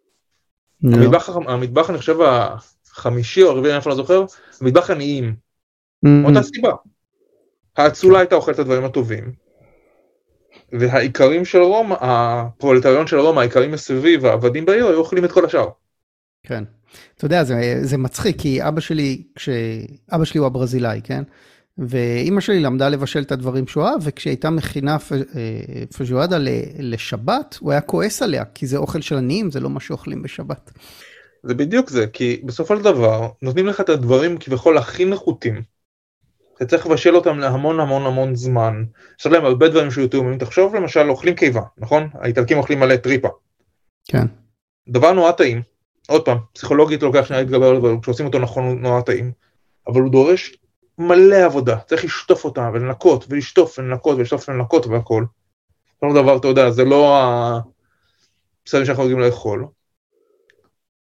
המטבח אני חושב החמישי או הרביעי, אני לא זוכר, המטבח עניים. אותה סיבה. האצולה הייתה אוכלת את הדברים הטובים, והעיקרים של רומא, הפרולטריון של רומא, העיקרים מסביב, העבדים בעיר, היו אוכלים את כל השאר. כן. אתה יודע, זה מצחיק, כי אבא שלי הוא הברזילאי, כן? ואמא שלי למדה לבשל את הדברים שהוא אהב, וכשהייתה מכינה פג'ואדה לשבת, הוא היה כועס עליה, כי זה אוכל של עניים, זה לא מה שאוכלים בשבת. זה בדיוק זה, כי בסופו של דבר, נותנים לך את הדברים כביכול הכי נחותים, אתה צריך לבשל אותם להמון המון המון זמן, יש להם הרבה דברים שיהיו תאומים, תחשוב למשל אוכלים קיבה, נכון? האיטלקים אוכלים מלא טריפה. כן. דבר נורא טעים, עוד פעם, פסיכולוגית לוקח שנייה להתגבר על דברים, כשעושים אותו נכון נורא טעים, אבל הוא דורש מלא עבודה, צריך לשטוף אותה ולנקות ולשטוף ולנקות ולשטוף ולנקות והכל. כל דבר, אתה יודע, זה לא הפסדים שאנחנו יודעים לאכול.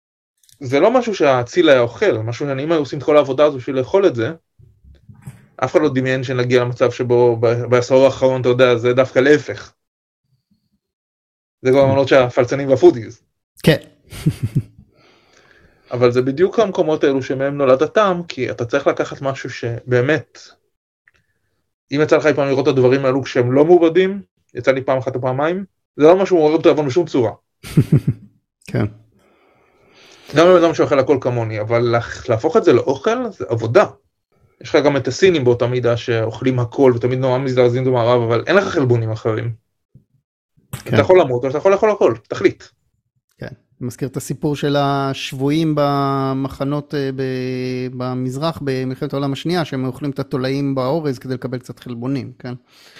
זה לא משהו שהציל היה אוכל, משהו שאם היו עושים את כל העבודה הזו בשביל לאכול את זה, אף אחד לא דמיין שנגיע למצב שבו בעשור האחרון, אתה יודע, זה דווקא להפך. זה כבר אמנות שהפלצנים והפודיז. כן. אבל זה בדיוק המקומות האלו שמהם נולד הטעם, כי אתה צריך לקחת משהו שבאמת, אם יצא לך פעם לראות את הדברים האלו כשהם לא מעובדים, יצא לי פעם אחת או פעמיים, זה לא משהו מעורר תיאבון בשום צורה. כן. גם אם אדם שאוכל הכל כמוני, אבל להפוך את זה לאוכל, זה עבודה. יש לך גם את הסינים באותה מידה שאוכלים הכל, ותמיד נורא מזדעזעים במערב, אבל אין לך חלבונים אחרים. כן. אתה יכול למות, או אתה יכול לאכול הכל, תחליט. כן. אני מזכיר את הסיפור של השבויים במחנות במזרח, במלחמת העולם השנייה, שהם אוכלים את התולעים באורז כדי לקבל קצת חלבונים, כן?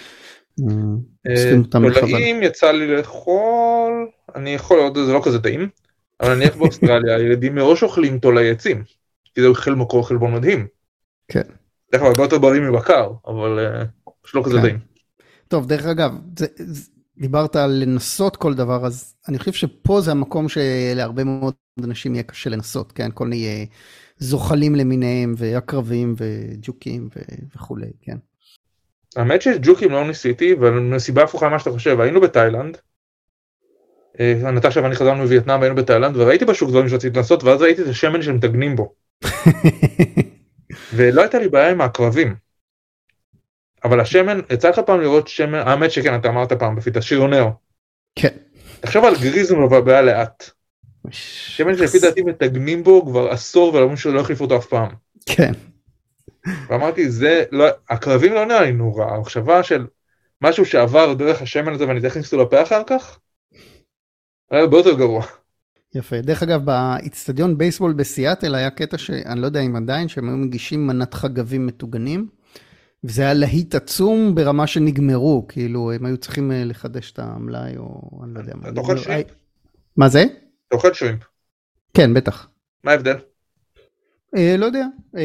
תולעים יצא לי לאכול, אני יכול עוד, זה לא כזה טעים, אבל אני איך באוסטרליה, הילדים מראש אוכלים תולעי עצים, כי זה אוכל מקור חלבון מדהים. כן. דרך אגב, הרבה יותר בריא מבקר, אבל לא כזה טעים. טוב, דרך אגב, דיברת על לנסות כל דבר, אז אני חושב שפה זה המקום שלהרבה מאוד אנשים יהיה קשה לנסות, כן? כל מיני זוחלים למיניהם, ועקרבים, וג'וקים, וכו', כן. האמת שג'וקים לא ניסיתי, אבל מסיבה הפוכה מה שאתה חושב, היינו בתאילנד, נטשה ואני חזרנו מווייטנאם, היינו בתאילנד, וראיתי בשוק דברים שרציתי לנסות, ואז ראיתי את השמן שמתגנים בו. ולא הייתה לי בעיה עם העקרבים. אבל השמן, יצא לך פעם לראות שמן, האמת שכן, אתה אמרת פעם בפיתה, שירונאו. כן. תחשוב על גריזם ובעיה לאט. שמן שלפי דעתי מתגנים בו כבר עשור, ולא מישהו לא החליף אותו אף פעם. כן. ואמרתי, זה לא, הקרבים לא נראה לי נורא, המחשבה של משהו שעבר דרך השמן הזה, ואני תכניס אותו לפה אחר כך, היה הרבה יותר גרוע. יפה. דרך אגב, באצטדיון בייסבול בסיאטל היה קטע שאני לא יודע אם עדיין, שהם היו מגישים מנת חגבים מטוגנים, וזה היה להיט עצום ברמה שנגמרו, כאילו הם היו צריכים לחדש את המלאי, או אני לא יודע מה. אתה אוכל שרימפ? מה זה? אתה אוכל שרימפ? כן, בטח. מה ההבדל? לא יודע.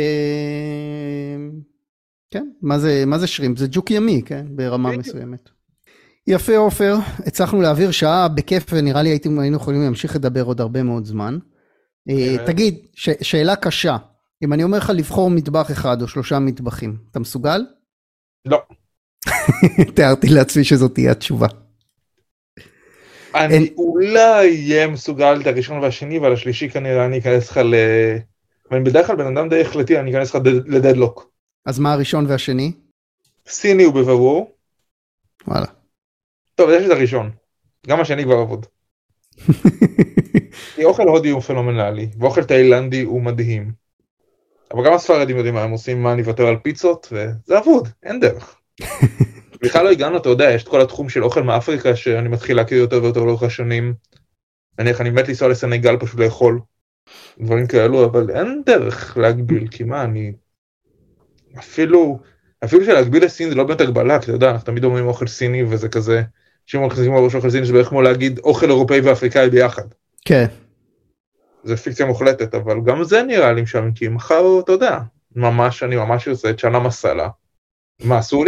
כן, מה זה שרימפ? זה ג'וק ימי, כן, ברמה מסוימת. יפה עופר, הצלחנו להעביר שעה בכיף, ונראה לי היינו יכולים להמשיך לדבר עוד הרבה מאוד זמן. תגיד, שאלה קשה, אם אני אומר לך לבחור מטבח אחד או 3 מטבחים, אתה מסוגל? לא. תיארתי לעצמי שזאת תהיה התשובה. אני אולי אהיה מסוגל את הראשון והשני, ועל השלישי כנראה אני אכנס לך ואני בדרך כלל בן אדם די החלטי, אני אכנס לך לדדלוק. אז מה הראשון והשני? סיני הוא בברור. וואלה. טוב, יש את הראשון. גם השני כבר עבוד. כי אוכל הודי הוא פנומנלי, ואוכל תאילנדי הוא מדהים. אבל גם הספרדים יודעים מה הם עושים, מה אני אוותר על פיצות, וזה עבוד, אין דרך. בכלל לא הגענו, אתה יודע, יש את כל התחום של אוכל מאפריקה, שאני מתחיל להכיר יותר ויותר לאורך השנים. אני מת לנסוע לסנגל פשוט לאכול, דברים כאלו, אבל אין דרך להגביל, כי מה, אני... אפילו שלהגביל לסין זה לא באמת הגבלה, כי אתה יודע, אנחנו תמיד אומרים אוכל סיני, וזה כזה, שאם מכניסים בראש אוכל סיני, זה בערך כמו להגיד אוכל אירופאי ואפריקאי ביחד. כן. זה פיקציה מוחלטת, אבל גם זה נראה לי משם, כי מחר, אתה יודע, אני ממש עושה את שנה מסלה. מה, אסור לי?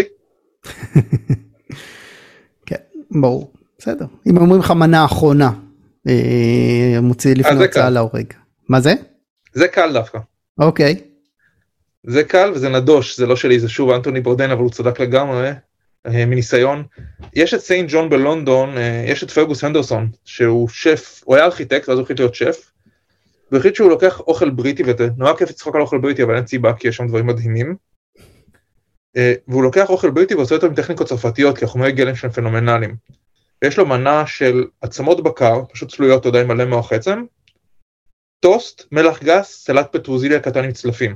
כן, ברור, בסדר. אם אומרים לך מנה האחרונה, מוציא לפני הוצאה להורג. מה זה? זה קל דווקא. אוקיי. זה קל וזה נדוש, זה לא שלי, זה שוב אנטוני בורדן, אבל הוא צדק לגמרי, מניסיון. יש את סיינט ג'ון בלונדון, יש את פרגוס הנדרסון, שהוא שף, הוא היה ארכיטקט, ואז הוא החליט להיות שף, והחליט שהוא לוקח אוכל בריטי, וזה נורא כיף לצחוק על אוכל בריטי, אבל אין סיבה, כי יש שם דברים מדהימים. והוא לוקח אוכל בריטי ועושה אותו עם טכניקות צרפתיות, כי החומרי גלם שהם פנומנליים. ויש לו מנה של עצמות בקר, פשוט צלויות, אתה יודע, עם מלא מוח עצם, טוסט, מלח גס, סלט פטרוזיליה קטן עם צלפים.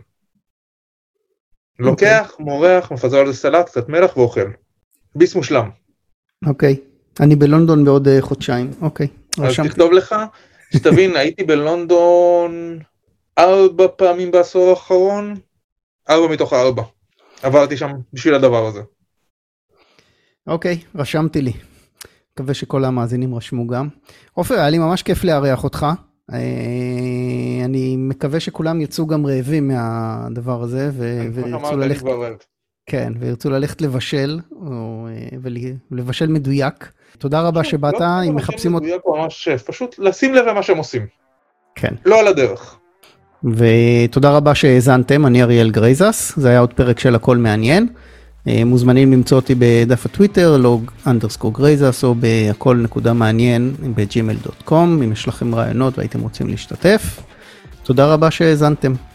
לוקח, מורח, מפזר על זה סלט, קצת מלח ואוכל. ביס מושלם. אוקיי. אני בלונדון בעוד חודשיים. אוקיי. אז תכתוב לך, שתבין, הייתי בלונדון 4 פעמים בעשור האחרון, 4 מתוך 4. עברתי שם בשביל הדבר הזה. אוקיי, רשמתי לי. מקווה שכל המאזינים רשמו גם. עופר, היה לי ממש כיף לארח אותך. אני מקווה שכולם יצאו גם רעבים מהדבר הזה, וירצו ללכת... כן, וירצו ללכת לבשל, ולבשל מדויק. תודה רבה שבאת, אם מחפשים... מדויק ממש שף, פשוט לשים לב למה שהם עושים. כן. לא על הדרך. ותודה רבה שהאזנתם, אני אריאל גרייזס, זה היה עוד פרק של הכל מעניין. מוזמנים למצוא אותי בדף הטוויטר, log_גרייזס, או בהכל.מעניין ב-gmail.com, אם יש לכם רעיונות והייתם רוצים להשתתף. תודה רבה שהאזנתם.